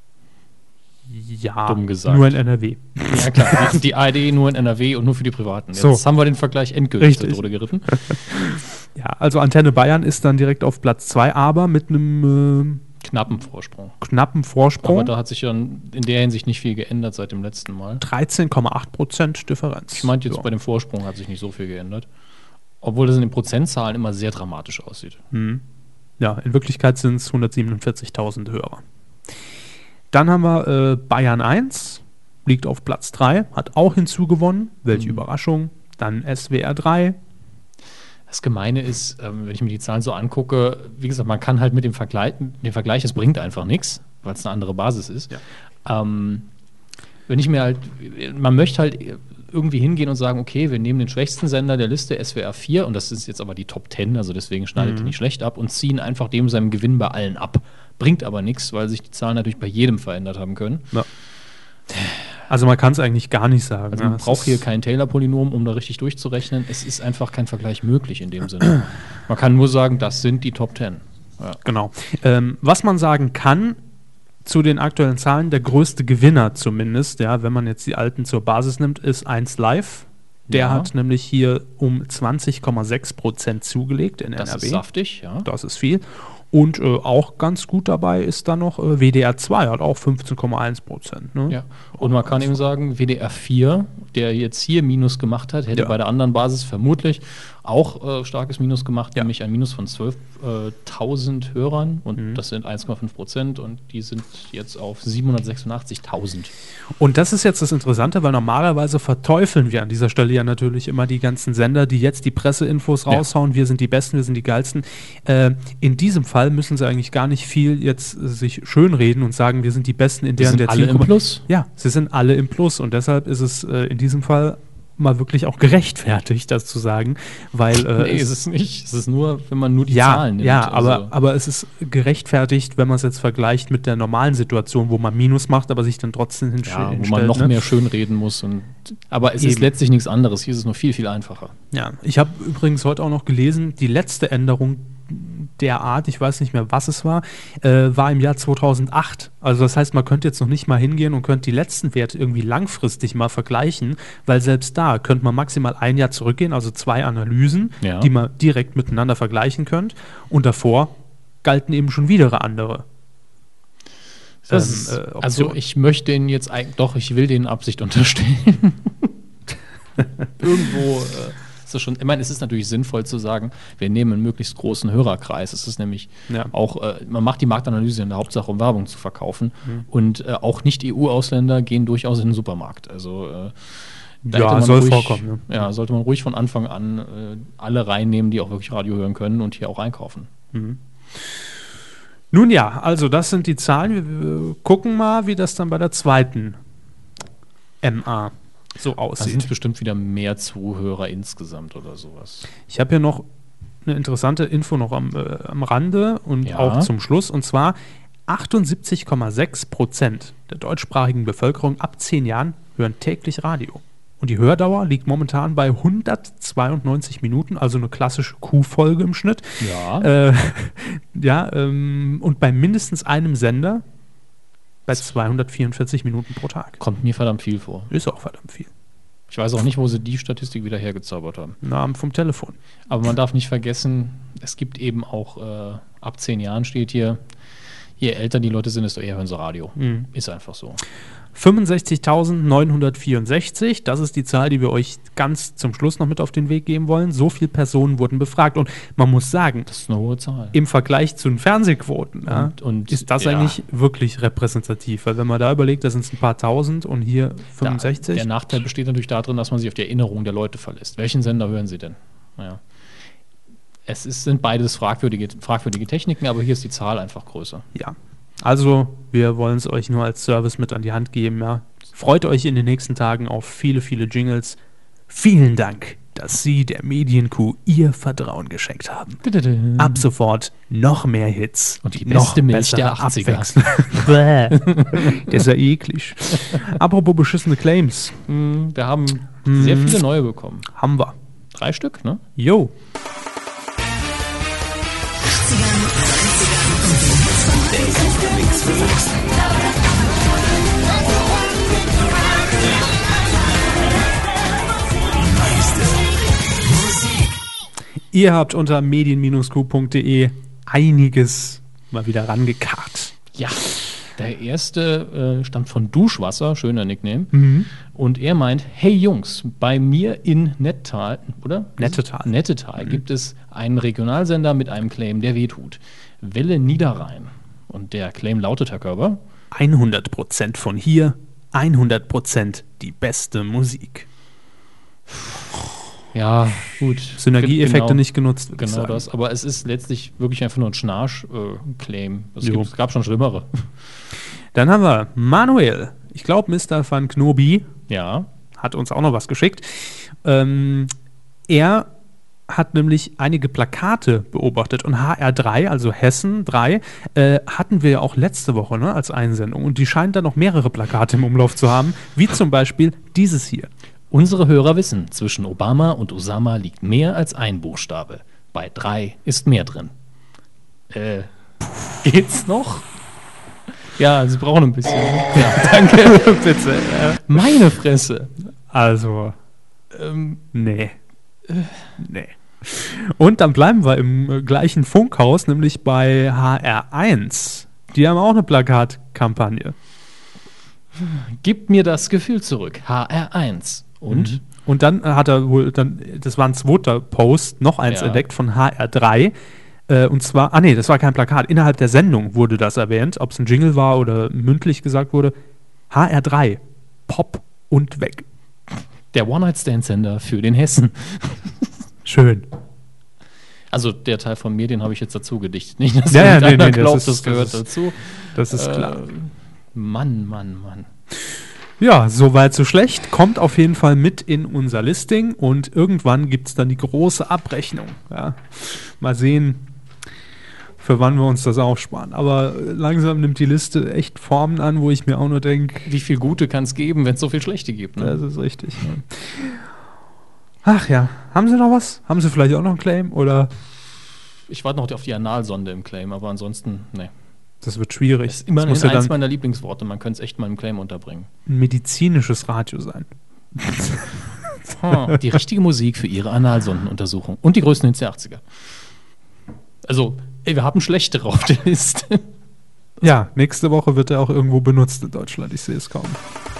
Ja, dumm gesagt. nur in N R W. Ja, klar. Die, die A R D nur in N R W und nur für die Privaten. Jetzt So. haben wir den Vergleich endgültig Richtig. zur Tode geritten. Ja, also Antenne Bayern ist dann direkt auf Platz zwei, aber mit einem Knappen Vorsprung. äh, knappen Aber Vorsprung. da hat sich dann in der Hinsicht nicht viel geändert seit dem letzten Mal. dreizehn Komma acht Prozent Differenz. Ich meinte jetzt So. bei dem Vorsprung hat sich nicht so viel geändert. Obwohl das in den Prozentzahlen immer sehr dramatisch aussieht. Hm. Ja, in Wirklichkeit sind es hundertsiebenundvierzigtausend Hörer. Dann haben wir äh, Bayern eins, liegt auf Platz drei, hat auch hinzugewonnen. Welche Mhm. Überraschung. Dann S W R drei. Das Gemeine ist, ähm, wenn ich mir die Zahlen so angucke, wie gesagt, man kann halt mit dem Vergleich, den Vergleich, es bringt einfach nichts, weil es eine andere Basis ist. Ja. Ähm, wenn ich mir halt, man möchte halt irgendwie hingehen und sagen, okay, wir nehmen den schwächsten Sender der Liste, S W R vier, und das ist jetzt aber die Top zehn, also deswegen schneidet Mhm. die nicht schlecht ab, und ziehen einfach dem seinem Gewinn bei allen ab. Bringt aber nichts, weil sich die Zahlen natürlich bei jedem verändert haben können. Ja. Also man kann es eigentlich gar nicht sagen. Also ne? man Es braucht ist- hier kein Taylor-Polynom, um da richtig durchzurechnen. Es ist einfach kein Vergleich möglich in dem Sinne. Man kann nur sagen, das sind die Top zehn. Ja. Genau. Ähm, was man sagen kann zu den aktuellen Zahlen, der größte Gewinner zumindest, ja, wenn man jetzt die alten zur Basis nimmt, ist eins Live. Der Ja. hat nämlich hier um zwanzig Komma sechs Prozent zugelegt in Das N R W. ist saftig, ja. Das ist viel. Und äh, auch ganz gut dabei ist dann noch äh, W D R zwei, hat auch fünfzehn Komma eins Prozent. Ne? Ja. Und man kann eben sagen, W D R vier, der jetzt hier Minus gemacht hat, hätte Ja. bei der anderen Basis vermutlich auch äh, starkes Minus gemacht, Ja. nämlich ein Minus von zwölftausend Hörern. Und Mhm. das sind eins Komma fünf Prozent und die sind jetzt auf siebenhundertsechsundachtzigtausend. Und das ist jetzt das Interessante, weil normalerweise verteufeln wir an dieser Stelle ja natürlich immer die ganzen Sender, die jetzt die Presseinfos Ja. raushauen. Wir sind die Besten, wir sind die Geilsten. Äh, in diesem Fall müssen sie eigentlich gar nicht viel jetzt äh, sich schönreden und sagen, wir sind die Besten in Die der und sind der alle im Zielgruppe. Plus. Ja, sie sind alle im Plus und deshalb ist es äh, in diesem Fall mal wirklich auch gerechtfertigt, das zu sagen, weil äh, Nee, ist es nicht. Es ist nur, wenn man nur die ja, Zahlen nimmt. ja, aber, Also, aber es ist gerechtfertigt, wenn man es jetzt vergleicht mit der normalen Situation, wo man Minus macht, aber sich dann trotzdem hinsch- ja, wo hinstellt. man noch ne? mehr schön reden muss. Und, aber es ist Eben. letztlich nichts anderes. Hier ist es nur viel, viel einfacher. Ja, ich habe übrigens heute auch noch gelesen, die letzte Änderung der Art, ich weiß nicht mehr, was es war, äh, war im Jahr zweitausendacht. Also das heißt, man könnte jetzt noch nicht mal hingehen und könnte die letzten Werte irgendwie langfristig mal vergleichen, weil selbst da könnte man maximal ein Jahr zurückgehen, also zwei Analysen, Ja. die man direkt miteinander vergleichen könnte. Und davor galten eben schon wieder andere. Das ähm, ist, äh, also Optionen. ich möchte den jetzt eigentlich, doch, ich will den Absicht unterstellen. Irgendwo äh, ist das schon, ich meine, es ist natürlich sinnvoll zu sagen, wir nehmen einen möglichst großen Hörerkreis. Es ist nämlich Ja. auch, äh, man macht die Marktanalyse in der Hauptsache, um Werbung zu verkaufen. Mhm. Und äh, auch Nicht-E U-Ausländer gehen durchaus in den Supermarkt. Also äh, da Ja, hätte man soll ruhig, vorkommen, ne? Ja, sollte man ruhig von Anfang an äh, alle reinnehmen, die auch wirklich Radio hören können und hier auch einkaufen. Mhm. Nun ja, also das sind die Zahlen. Wir, wir gucken mal, wie das dann bei der zweiten M A so Da sind aussieht. bestimmt wieder mehr Zuhörer insgesamt oder sowas. Ich habe hier noch eine interessante Info noch am, äh, am Rande und Ja. auch zum Schluss. Und zwar achtundsiebzig Komma sechs Prozent der deutschsprachigen Bevölkerung ab zehn Jahren hören täglich Radio. Und die Hördauer liegt momentan bei hundertzweiundneunzig Minuten, also eine klassische Q-Folge im Schnitt. Ja. Äh, ja, ähm, und bei mindestens einem Sender bei zweihundertvierundvierzig Minuten pro Tag. Kommt mir verdammt viel vor. Ist auch verdammt viel. Ich weiß auch nicht, wo sie die Statistik wieder hergezaubert haben. Namen vom Telefon. Aber man darf nicht vergessen, es gibt eben auch, äh, ab zehn Jahren steht hier, je älter die Leute sind, desto eher hören sie Radio. Mhm. Ist einfach so. fünfundsechzigtausendneunhundertvierundsechzig, das ist die Zahl, die wir euch ganz zum Schluss noch mit auf den Weg geben wollen. So viele Personen wurden befragt. Und man muss sagen, Das ist eine hohe Zahl. im Vergleich zu den Fernsehquoten ja, Und- und- ist das ja. eigentlich wirklich repräsentativ. Weil wenn man da überlegt, da sind es ein paar tausend und hier fünfundsechzig. Da, der Nachteil besteht natürlich darin, dass man sich auf die Erinnerung der Leute verlässt. Welchen Sender hören sie denn? Naja. Es ist, sind beides fragwürdige, fragwürdige Techniken, aber hier ist die Zahl einfach größer. Ja, also wir wollen es euch nur als Service mit an die Hand geben. Ja. Freut euch in den nächsten Tagen auf viele, viele Jingles. Vielen Dank, dass Sie der Medienkuh Ihr Vertrauen geschenkt haben. Ab sofort noch mehr Hits. Und die noch beste Milch bessere der achtziger. Abwechslung. Bäh. Der ist ja eklig. Apropos beschissene Claims. Hm, Wir haben Hm. sehr viele neue bekommen. Haben wir. Drei Stück, ne? Jo. Ihr habt unter medien Q punkt de einiges mal wieder rangekarrt. Ja. Der erste äh, stammt von Duschwasser, schöner Nickname. Mhm. Und er meint, hey Jungs, bei mir in Nettal, oder? Nettetal. Nettetal gibt es einen Regionalsender mit einem Claim, der wehtut. Welle Niederrhein. Und der Claim lautet, Herr Körber, hundert Prozent von hier, hundert Prozent die beste Musik. ja, gut. Synergieeffekte Genau- nicht genutzt, würde ich Genau sagen. das. Aber es ist letztlich wirklich einfach nur ein Schnarch-Claim. es, Jo. gibt- es gab schon schlimmere. Dann haben wir Manuel. Ich glaube, Mister Van Knobi Ja. hat uns auch noch was geschickt. Ähm, er hat nämlich einige Plakate beobachtet und H R drei, also Hessen drei, äh, hatten wir ja auch letzte Woche ne, als Einsendung und die scheint da noch mehrere Plakate im Umlauf zu haben, wie zum Beispiel dieses hier. Unsere Hörer wissen, zwischen Obama und Osama liegt mehr als ein Buchstabe. Bei drei ist mehr drin. Äh, geht's noch? Ja, sie brauchen ein bisschen. Ja, danke. Bitte. Äh, Meine Fresse. also, Ähm, nee. Nee. Und dann bleiben wir im äh, gleichen Funkhaus, nämlich bei H R eins. Die haben auch eine Plakatkampagne. Gib mir das Gefühl zurück. H R eins. Und? Mhm. Und dann hat er wohl, dann, das war ein zweiter Post, noch eins Ja. entdeckt von H R drei. Äh, und zwar, ah nee, das war kein Plakat. Innerhalb der Sendung wurde das erwähnt, ob es ein Jingle war oder mündlich gesagt wurde. H R drei, Pop und weg. Der One-Night-Stand-Sender für den Hessen. Schön. Also der Teil von mir, den habe ich jetzt dazu gedichtet. Nicht, dass Ja, ja, nee, irgendeiner nee, das glaubt, ist- das, das gehört ist- dazu. Das ist Äh, klar. Mann, Mann, Mann. Ja, soweit so schlecht. Kommt auf jeden Fall mit in unser Listing und irgendwann gibt es dann die große Abrechnung. Ja. Mal sehen, für wann wir uns das aufsparen. Aber langsam nimmt die Liste echt Formen an, wo ich mir auch nur denke, Wie viel Gute kann es geben, wenn es so viel Schlechte gibt? Ne? das ist richtig. Ja. Ach ja, haben Sie noch was? Haben Sie vielleicht auch noch einen Claim? Oder Ich warte noch auf die Analsonde im Claim, aber ansonsten, ne. das wird schwierig. Das ist Das immerhin muss ja eins dann meiner Lieblingsworte. Man könnte es echt mal im Claim unterbringen. ein medizinisches Radio sein. Hm, die richtige Musik für Ihre Analsondenuntersuchung. Und die größten Hits der achtziger. Also, ey, wir haben schlechtere auf der Liste. Ja, nächste Woche wird er auch irgendwo benutzt in Deutschland. Ich sehe es kaum.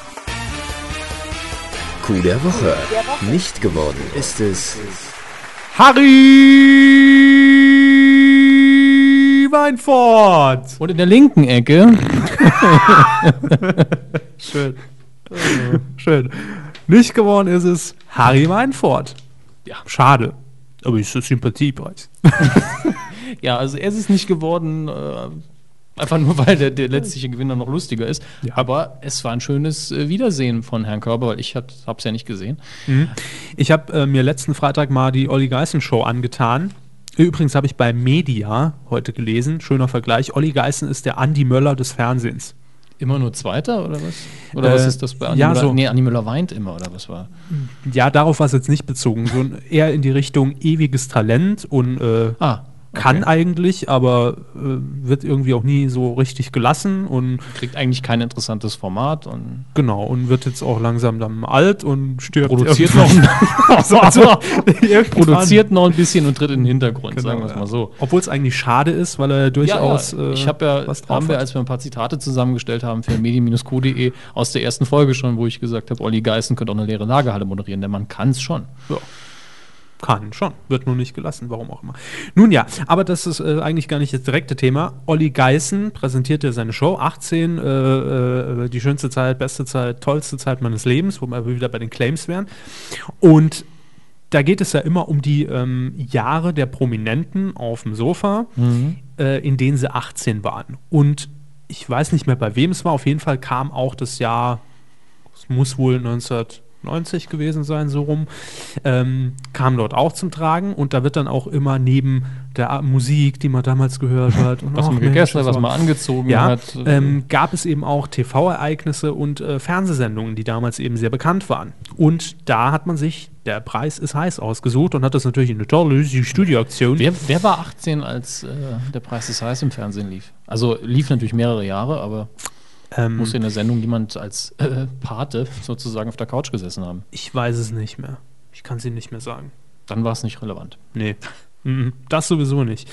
Coup der Woche. Nicht geworden ist es Harry Weinfurt. Und in der linken Ecke, Schön. Schön. Nicht geworden ist es Harry Weinfurt. Ja. Schade. Aber ist das Sympathiepreis. ja, also er ist es nicht geworden, äh, einfach nur, weil der, der letztliche Gewinner noch lustiger ist. Ja. Aber es war ein schönes äh, Wiedersehen von Herrn Körber, weil ich habe es ja nicht gesehen. Ich habe äh, mir letzten Freitag mal die Olli Geißen Show angetan. Übrigens habe ich bei Media heute gelesen, schöner Vergleich, Olli Geißen ist der Andi Möller des Fernsehens. Immer nur Zweiter oder was? Oder Äh, was ist das bei Andi ja, Müller? so. Nee, Andi Müller weint immer oder was war? Ja, darauf war es jetzt nicht bezogen, sondern eher in die Richtung ewiges Talent und äh, Ah, kann okay. eigentlich, aber äh, wird irgendwie auch nie so richtig gelassen und Kriegt eigentlich kein interessantes Format und genau, und wird jetzt auch langsam dann alt und stirbt. produziert noch, irgendwann. also, also, irgendwann. produziert noch ein bisschen und tritt in den Hintergrund, Genau, sagen wir es ja. mal so. Obwohl es eigentlich schade ist, weil er durchaus. Ja, ja. äh, Ich habe ja, was drauf haben wir, hat. als wir ein paar Zitate zusammengestellt haben für medien Bindestrich q punkt de aus der ersten Folge schon, wo ich gesagt habe, Olli Geißen könnte auch eine leere Lagerhalle moderieren. Der Mann kann es schon. Ja. Kann schon, wird nur nicht gelassen, warum auch immer. Nun ja, aber das ist äh, eigentlich gar nicht das direkte Thema. Olli Geißen präsentierte seine Show, achtzehn, äh, äh, die schönste Zeit, beste Zeit, tollste Zeit meines Lebens, wo wir wieder bei den Claims wären. Und da geht es ja immer um die ähm, Jahre der Prominenten auf dem Sofa, äh, in denen sie achtzehn waren. Und ich weiß nicht mehr, bei wem es war, auf jeden Fall kam auch das Jahr, es muss wohl neunzehnhundertneunzig gewesen sein, so rum, ähm, kam dort auch zum Tragen und da wird dann auch immer neben der A- Musik, die man damals gehört hat, und Was ach man Mensch, gegessen hat, das was war- man angezogen ja, hat. ähm, gab es eben auch T V-Ereignisse und äh, Fernsehsendungen, die damals eben sehr bekannt waren. Und da hat man sich, der Preis ist heiß, ausgesucht und hat das natürlich eine tolle Studioaktion. wer, wer war achtzehn, als äh, der Preis des Heiß im Fernsehen lief? Also lief natürlich mehrere Jahre, aber Ähm, muss in der Sendung jemand als äh, Pate sozusagen auf der Couch gesessen haben. ich weiß es nicht mehr. Ich kann es Ihnen nicht mehr sagen. Dann war es nicht relevant. Nee, Mhm, das sowieso nicht.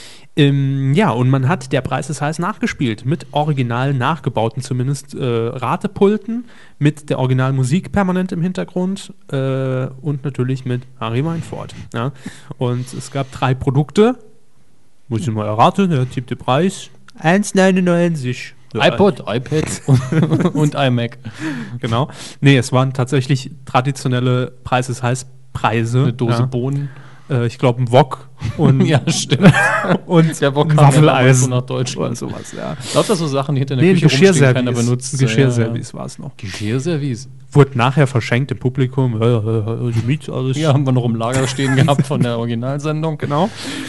Ähm, ja, und man hat der Preis ist heiß nachgespielt, mit original nachgebauten zumindest äh, Ratepulten, mit der Originalmusik permanent im Hintergrund äh, und natürlich mit Harry Weinfurt. Ja. Und es gab drei Produkte. Muss ich mal erraten, der tippte Preis eins neunundneunzig. iPod, iPad und, und iMac. Genau. Nee, es waren tatsächlich traditionelle Preis ist heiß Preise. Eine Dose ja. Bohnen. Äh, ich glaube ein Wok und, Ja, stimmt. und Der Wok ein kam ja damals so Waffeleisen nach oder Deutschland. sowas, ja. Lauter so Sachen, die hinter der Nee, ein Küche rumstehen, keiner Geschirrservice. benutzt. Ein Geschirrservice war es noch. Ja. Geschirrservice. Wurde nachher verschenkt im Publikum. Äh, äh, äh, die Miet, alles. Ja, haben wir noch im Lager stehen gehabt von der Originalsendung. Genau.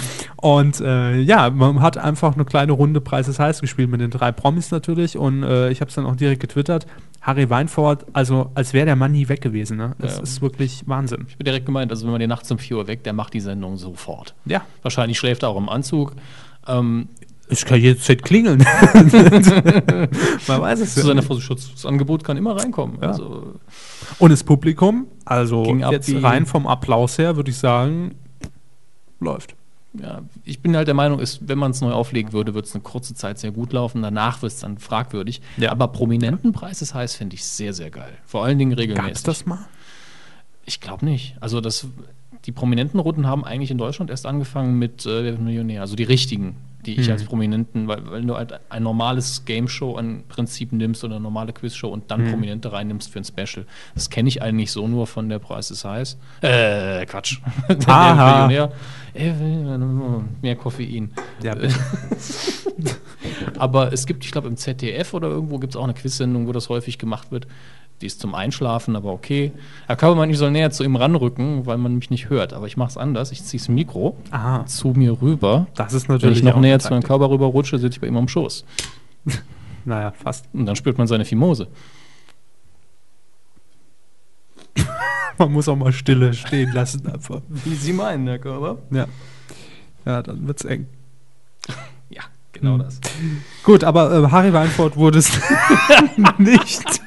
Und äh, ja, man hat einfach eine kleine Runde Preis ist heiß gespielt mit den drei Promis natürlich. Und äh, ich habe es dann auch direkt getwittert. Harry Weinfurt, also als wäre der Mann nie weg gewesen. Ne? Das Ja. ist wirklich Wahnsinn. Ich bin direkt gemeint, also wenn man den nachts um vier Uhr weckt, der macht die Sendung sofort. Ja. Wahrscheinlich schläft er auch im Anzug. Ähm, Es kann jetzt nicht klingeln. Man weiß es zu ja. seiner Versicherung, das Angebot kann immer reinkommen. Ja. Also, Und das Publikum, also Ging ab jetzt wie- rein vom Applaus her, würde ich sagen, läuft. Ja, ich bin halt der Meinung, ist, wenn man es neu auflegen würde, wird es eine kurze Zeit sehr gut laufen. Danach wird es dann fragwürdig. Ja. Aber prominenten Preis ist heiß, finde ich sehr, sehr geil. Vor allen Dingen regelmäßig. Gab's das mal? Ich glaube nicht. Also das, die prominenten Runden haben eigentlich in Deutschland erst angefangen mit äh, Wer wird Millionär. Also die richtigen, die ich Mhm. als Prominenten, weil, weil du halt ein normales Game-Show im Prinzip nimmst oder eine normale Quiz-Show und dann Mhm. Prominente reinnimmst für ein Special. Das kenne ich eigentlich so nur von der Preis ist heiß. Äh, Quatsch. Der Aha. Millionär. Äh, mehr Koffein. Ja, bitte. Aber es gibt, ich glaube, im Z D F oder irgendwo gibt es auch eine Quiz-Sendung, wo das häufig gemacht wird. Die ist zum Einschlafen, aber okay. Herr Körpermann, ich soll näher zu ihm ranrücken, weil man mich nicht hört. Aber ich mache es anders. Ich ziehe das Mikro Aha. zu mir rüber. Das ist Wenn natürlich ich noch auch näher eine zu meinem Taktik. Körper rüber rutsche, sitze ich bei ihm am Schoß. Naja, fast. Und dann spürt man seine Fimose. Man muss auch mal Stille stehen lassen einfach. Wie Sie meinen, Herr Körper? Ja. Ja, dann wird's eng. Ja, genau Hm. das. Gut, aber äh, Harry Weinfurt wurde es nicht.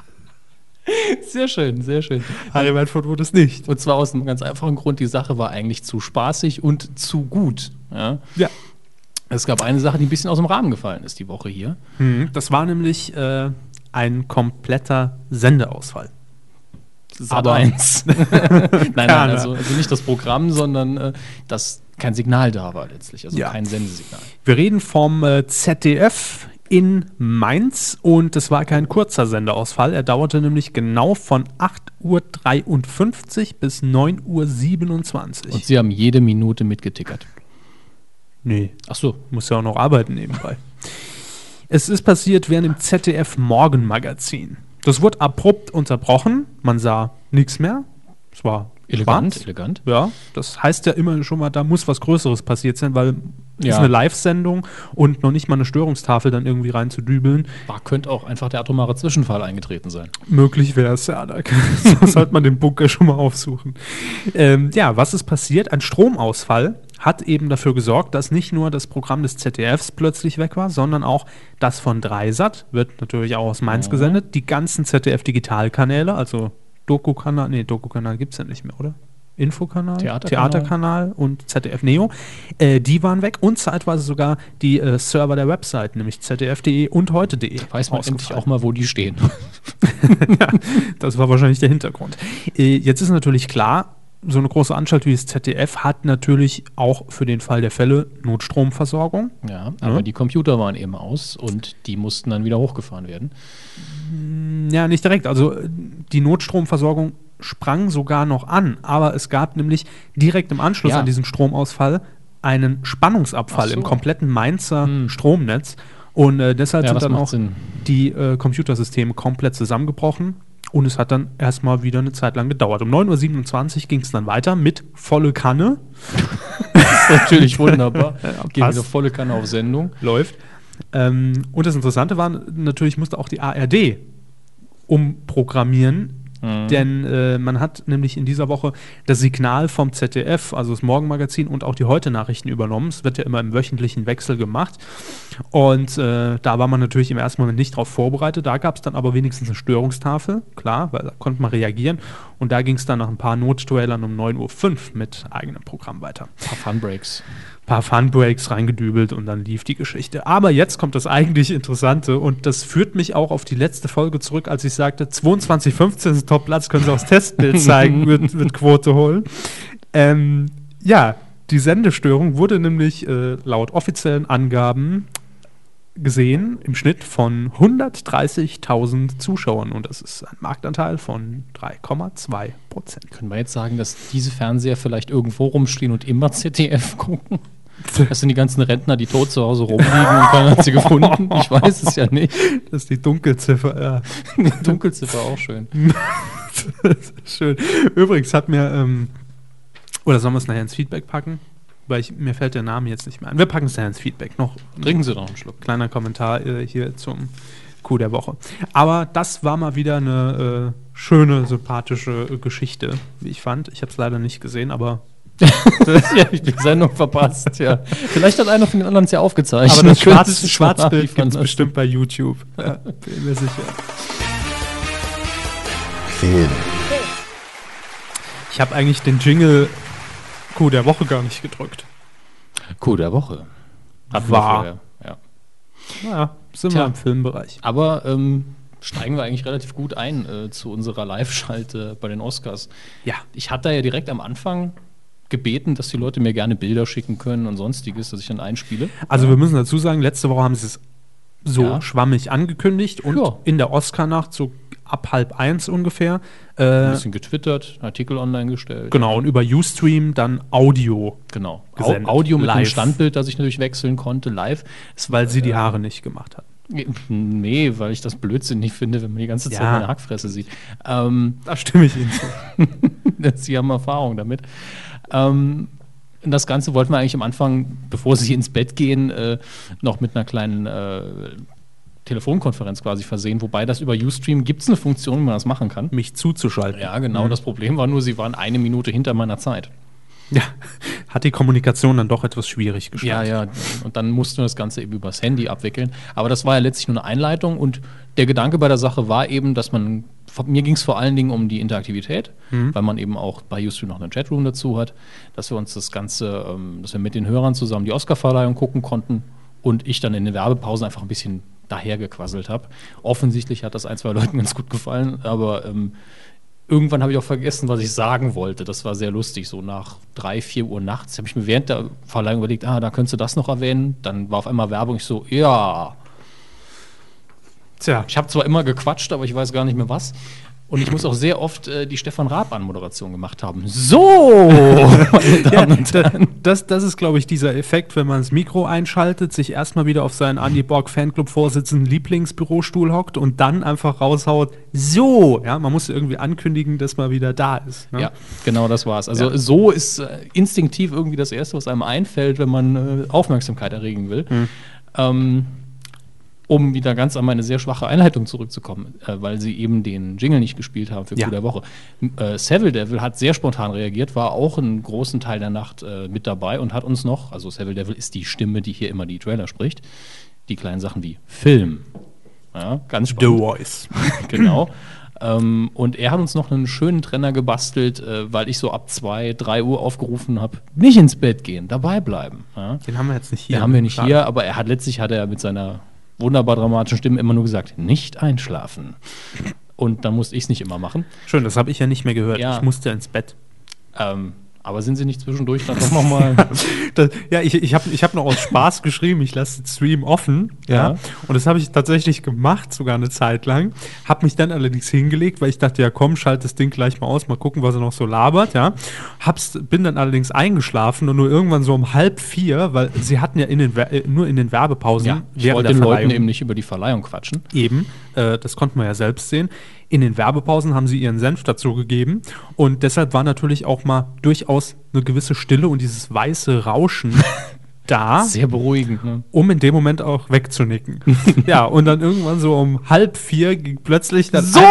Sehr schön, sehr schön. Harry Weinfurt wurde es nicht. Und zwar aus einem ganz einfachen Grund, die Sache war eigentlich zu spaßig und zu gut. Ja? Ja. Es gab eine Sache, die ein bisschen aus dem Rahmen gefallen ist die Woche hier. Mhm. Das war nämlich äh, ein kompletter Sendeausfall. Sat Aber- eins. nein, nein, Ja, also, also nicht das Programm, sondern äh, dass kein Signal da war letztlich, also Ja. kein Sendesignal. Wir reden vom äh, Z D F in Mainz und es war kein kurzer Sendeausfall. Er dauerte nämlich genau von acht Uhr dreiundfünfzig bis neun Uhr siebenundzwanzig. Und sie haben jede Minute mitgetickert. nee, Ach so. muss ja auch noch arbeiten nebenbei. Es ist passiert während dem Z D F Morgenmagazin. Das wurde abrupt unterbrochen. Man sah nichts mehr. Es war Elegant, schwarz. elegant. Ja, das heißt ja immer schon mal, da muss was Größeres passiert sein, weil es Ja. ist eine Live-Sendung und noch nicht mal eine Störungstafel dann irgendwie reinzudübeln. Da könnte auch einfach der atomare Zwischenfall eingetreten sein. Möglich wäre es, ja. Da sollte man den Bunker schon mal aufsuchen. Ähm, ja, was ist passiert? Ein Stromausfall hat eben dafür gesorgt, dass nicht nur das Programm des Z D Fs plötzlich weg war, sondern auch das von Dreisat, wird natürlich auch aus Mainz Ja. gesendet, die ganzen Z D F-Digitalkanäle, also Doku-Kanal, nee, Doku-Kanal gibt es ja nicht mehr, oder? Infokanal, Theaterkanal. Theaterkanal und Z D F Neo, äh, die waren weg und zeitweise sogar die äh, Server der Website, nämlich Z D F punkt de und heute punkt de. Weiß man endlich ausgefallen. auch mal, wo die stehen. Ja, das war wahrscheinlich der Hintergrund. Äh, jetzt ist natürlich klar, so eine große Anstalt wie das Z D F hat natürlich auch für den Fall der Fälle Notstromversorgung. Ja, aber Ja. die Computer waren eben aus und die mussten dann wieder hochgefahren werden. Ja, nicht direkt. Also äh, die Notstromversorgung sprang sogar noch an, aber es gab nämlich direkt im Anschluss Ja. an diesen Stromausfall einen Spannungsabfall Ach so. im kompletten Mainzer Hm. Stromnetz. Und äh, deshalb Ja, sind das dann macht auch Sinn. die äh, Computersysteme komplett zusammengebrochen. Und es hat dann erstmal wieder eine Zeit lang gedauert. Um neun Uhr siebenundzwanzig ging es dann weiter mit volle Kanne. Das ist natürlich wunderbar. Gehen passt. wieder volle Kanne auf Sendung. Läuft. Ähm, und das Interessante war, natürlich musste auch die A R D umprogrammieren, Mhm. denn äh, man hat nämlich in dieser Woche das Signal vom Z D F, also das Morgenmagazin und auch die Heute-Nachrichten übernommen. Es wird ja immer im wöchentlichen Wechsel gemacht. Und äh, da war man natürlich im ersten Moment nicht darauf vorbereitet. Da gab es dann aber wenigstens eine Störungstafel, klar, weil da konnte man reagieren. Und da ging es dann nach ein paar Notduellern um neun Uhr fünf mit eigenem Programm weiter. Ein paar Funbreaks. Paar Funbreaks reingedübelt und dann lief die Geschichte. Aber jetzt kommt das eigentlich Interessante und das führt mich auch auf die letzte Folge zurück, als ich sagte, zweiundzwanzig fünfzehn ist Top-Platz, können Sie auch das Testbild zeigen, wird, wird Quote holen. Ähm, ja, die Sendestörung wurde nämlich äh, laut offiziellen Angaben gesehen im Schnitt von hundertdreißigtausend Zuschauern und das ist ein Marktanteil von drei Komma zwei Prozent. Können wir jetzt sagen, dass diese Fernseher vielleicht irgendwo rumstehen und immer Z D F gucken? Das sind die ganzen Rentner, die tot zu Hause rumliegen und keiner hat sie gefunden. Ich weiß es ja nicht. Das ist die Dunkelziffer, ja. Die Dunkelziffer auch schön. Das ist schön. Übrigens hat mir, ähm, oder sollen wir es nachher ins Feedback packen? Weil ich, mir fällt der Name jetzt nicht mehr ein. Wir packen es nachher ins Feedback. Noch Trinken Sie doch einen Schluck. kleiner Kommentar äh, hier zum Coup der Woche. Aber das war mal wieder eine äh, schöne, sympathische äh, Geschichte, wie ich fand. Ich habe es leider nicht gesehen, aber Ja, ich die Sendung verpasst, ja. Vielleicht hat einer von den anderen es ja aufgezeichnet. Aber das Könnte Schwarz, es schon Schwarzbild nachliefern gibt es lassen. bestimmt bei YouTube. Ja, bin mir sicher. Film. Ich habe eigentlich den Jingle Coup der Woche gar nicht gedrückt. Coup der Woche. Hatten War. wir vorher, ja. Naja, sind Tja. wir im Filmbereich. Aber ähm, steigen wir eigentlich relativ gut ein äh, zu unserer Live-Schalte bei den Oscars. Ja. Ich hatte ja direkt am Anfang gebeten, dass die Leute mir gerne Bilder schicken können und sonstiges, dass ich dann einspiele. Also wir müssen dazu sagen, letzte Woche haben sie es so Ja. schwammig angekündigt und Ja. in der Oscar-Nacht so ab halb eins ungefähr. Ein Äh, bisschen getwittert, einen Artikel online gestellt. genau, und über Ustream dann Audio, Genau. Au Gesendet. Audio mit einem Live. Standbild, das ich natürlich wechseln konnte, live. Es weil sie die Haare nicht gemacht hat. Nee, weil ich das blödsinnig finde, wenn man die ganze Zeit Ja. meine Hackfresse sieht. Ähm, Da stimme ich Ihnen zu. Sie haben Erfahrung damit. Ähm, das Ganze wollten wir eigentlich am Anfang, bevor Sie ins Bett gehen, äh, noch mit einer kleinen äh, Telefonkonferenz quasi versehen. Wobei das über Ustream gibt es eine Funktion, wie man das machen kann. Mich zuzuschalten. Ja, genau. Das Problem war nur, Sie waren eine Minute hinter meiner Zeit. Ja, hat die Kommunikation dann doch etwas schwierig Ja, gestaltet. ja. Und dann mussten wir das Ganze eben übers Handy abwickeln. Aber das war ja letztlich nur eine Einleitung. Und der Gedanke bei der Sache war eben, dass man, mir ging es vor allen Dingen um die Interaktivität, weil man eben auch bei Ustream noch einen Chatroom dazu hat, dass wir uns das Ganze, ähm, dass wir mit den Hörern zusammen die Oscarverleihung gucken konnten und ich dann in den Werbepausen einfach ein bisschen dahergequasselt habe. Offensichtlich hat das ein, zwei Leuten ganz gut gefallen, aber ähm, irgendwann habe ich auch vergessen, was ich sagen wollte. Das war sehr lustig. So nach drei, vier Uhr nachts habe ich mir während der Verleihung überlegt, ah, da könntest du das noch erwähnen. Dann war auf einmal Werbung. Ich so, ja. Tja, Ich habe zwar immer gequatscht, aber ich weiß gar nicht mehr was. Und ich muss auch sehr oft äh, die Stefan Raab-Anmoderation gemacht haben. So! meine ja, Damen und da, Herren. das, das ist, glaube ich, dieser Effekt, wenn man das Mikro einschaltet, sich erstmal wieder auf seinen Andy Borg Fanclub-Vorsitzenden Lieblingsbürostuhl hockt und dann einfach raushaut, so! Ja, man muss irgendwie ankündigen, dass man wieder da ist. Ne? Ja, genau das war's. Also Ja. so ist äh, instinktiv irgendwie das Erste, was einem einfällt, wenn man äh, Aufmerksamkeit erregen will. Hm. Ähm, um wieder ganz an meine sehr schwache Einleitung zurückzukommen, äh, weil sie eben den Jingle nicht gespielt haben für Ja. Coup der Woche. M- Äh, Savile Devil hat sehr spontan reagiert, war auch einen großen Teil der Nacht äh, mit dabei und hat uns noch, also Savile Devil ist die Stimme, die hier immer die Trailer spricht, die kleinen Sachen wie Film. Ja, ganz The spannend. Voice. Genau. Ähm, und er hat uns noch einen schönen Trenner gebastelt, äh, weil ich so ab zwei, drei Uhr aufgerufen habe, nicht ins Bett gehen, dabei bleiben. Ja? Den haben wir jetzt nicht hier. Den haben wir nicht Schade. hier, aber er hat letztlich hat er mit seiner wunderbar dramatischen Stimme immer nur gesagt, nicht einschlafen. Und dann musste ich es nicht immer machen. Schön, das habe ich ja nicht mehr gehört. Ja. Ich musste ins Bett. Ähm, aber sind Sie nicht zwischendurch dann doch nochmal? Das, ja, ich, ich habe ich hab noch aus Spaß geschrieben, ich lasse den Stream offen. Ja. Ja. Und das habe ich tatsächlich gemacht, sogar eine Zeit lang. Habe mich dann allerdings hingelegt, weil ich dachte, ja komm, schalt das Ding gleich mal aus, mal gucken, was er noch so labert. Ja. Hab's, bin dann allerdings eingeschlafen und nur irgendwann so um halb vier, weil sie hatten ja in den, Wer- äh, nur in den Werbepausen Ja, ich während wollte der den Leuten Verleihung eben nicht über die Verleihung quatschen. eben, äh, das konnten wir ja selbst sehen. In den Werbepausen haben sie ihren Senf dazu gegeben und deshalb war natürlich auch mal durchaus eine gewisse Stille und dieses weiße Rauschen da, Sehr beruhigend. Ne? um in dem Moment auch wegzunicken. Ja, und dann irgendwann so um halb vier ging plötzlich dann So!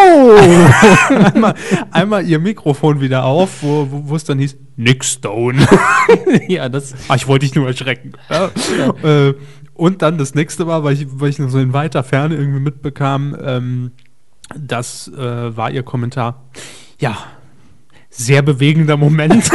ein, einmal, einmal ihr Mikrofon wieder auf, wo, wo, wo es dann hieß, Nick Stone. Ja, das Ah, ich wollte dich nur erschrecken. Ja. Äh, und dann das nächste war, weil ich, weil ich noch so in weiter Ferne irgendwie mitbekam, ähm, das äh, war ihr Kommentar. Ja, sehr bewegender Moment.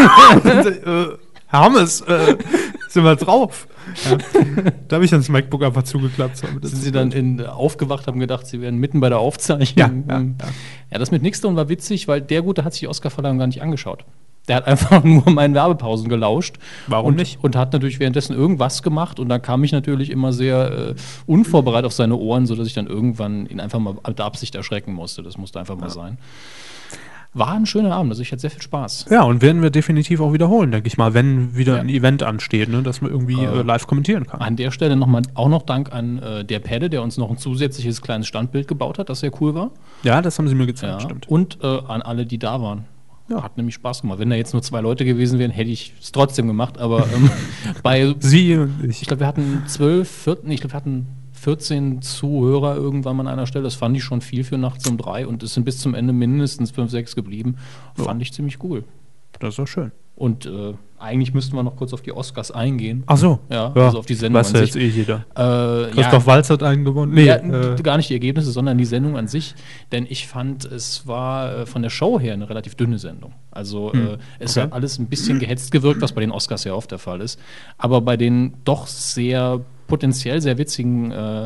äh, Hermes, äh, sind wir drauf. Ja. Da habe ich dann das MacBook einfach zugeklappt. So, damit das sind sie dann in, äh, aufgewacht, haben gedacht, sie wären mitten bei der Aufzeichnung. Ja, ja, ja, ja. das mit Nixstone war witzig, weil der Gute hat sich die Oscarverleihung gar nicht angeschaut. Der hat einfach nur meinen Werbepausen gelauscht. Warum und, nicht? Und hat natürlich währenddessen irgendwas gemacht. Und dann kam ich natürlich immer sehr äh, unvorbereitet auf seine Ohren, sodass ich dann irgendwann ihn einfach mal mit der Absicht erschrecken musste. Das musste einfach mal sein. War ein schöner Abend, also ich hatte sehr viel Spaß. Ja, und werden wir definitiv auch wiederholen, denke ich mal, wenn wieder Ja. ein Event ansteht, ne, dass man irgendwie äh, Äh, live kommentieren kann. An der Stelle nochmal auch noch Dank an äh, der Pedde, der uns noch ein zusätzliches kleines Standbild gebaut hat, das sehr cool war. Ja, das haben sie mir gezeigt, Ja. stimmt. Und äh, an alle, die da waren. Ja. Hat nämlich Spaß gemacht. Wenn da jetzt nur zwei Leute gewesen wären, hätte ich es trotzdem gemacht. Aber ähm, bei, Sie und ich. ich glaube, wir hatten zwölf, vierzehn, ich glaube, wir hatten vierzehn Zuhörer irgendwann mal an einer Stelle. Das fand ich schon viel für nachts um drei. Und es sind bis zum Ende mindestens fünf, sechs geblieben. Ja. Fand ich ziemlich cool. Das ist doch schön. Und äh, eigentlich müssten wir noch kurz auf die Oscars eingehen. Ach so. Ja, also auf die Sendung weiß an ja sich. jetzt eh jeder. Äh, Christoph ja, Waltz hat einen gewonnen. Nee, ja, äh, gar nicht die Ergebnisse, sondern die Sendung an sich. Denn ich fand, es war äh, von der Show her eine relativ dünne Sendung. Also Hm, äh, es okay. hat alles ein bisschen gehetzt gewirkt, was bei den Oscars ja oft der Fall ist. Aber bei den doch sehr potenziell sehr witzigen äh,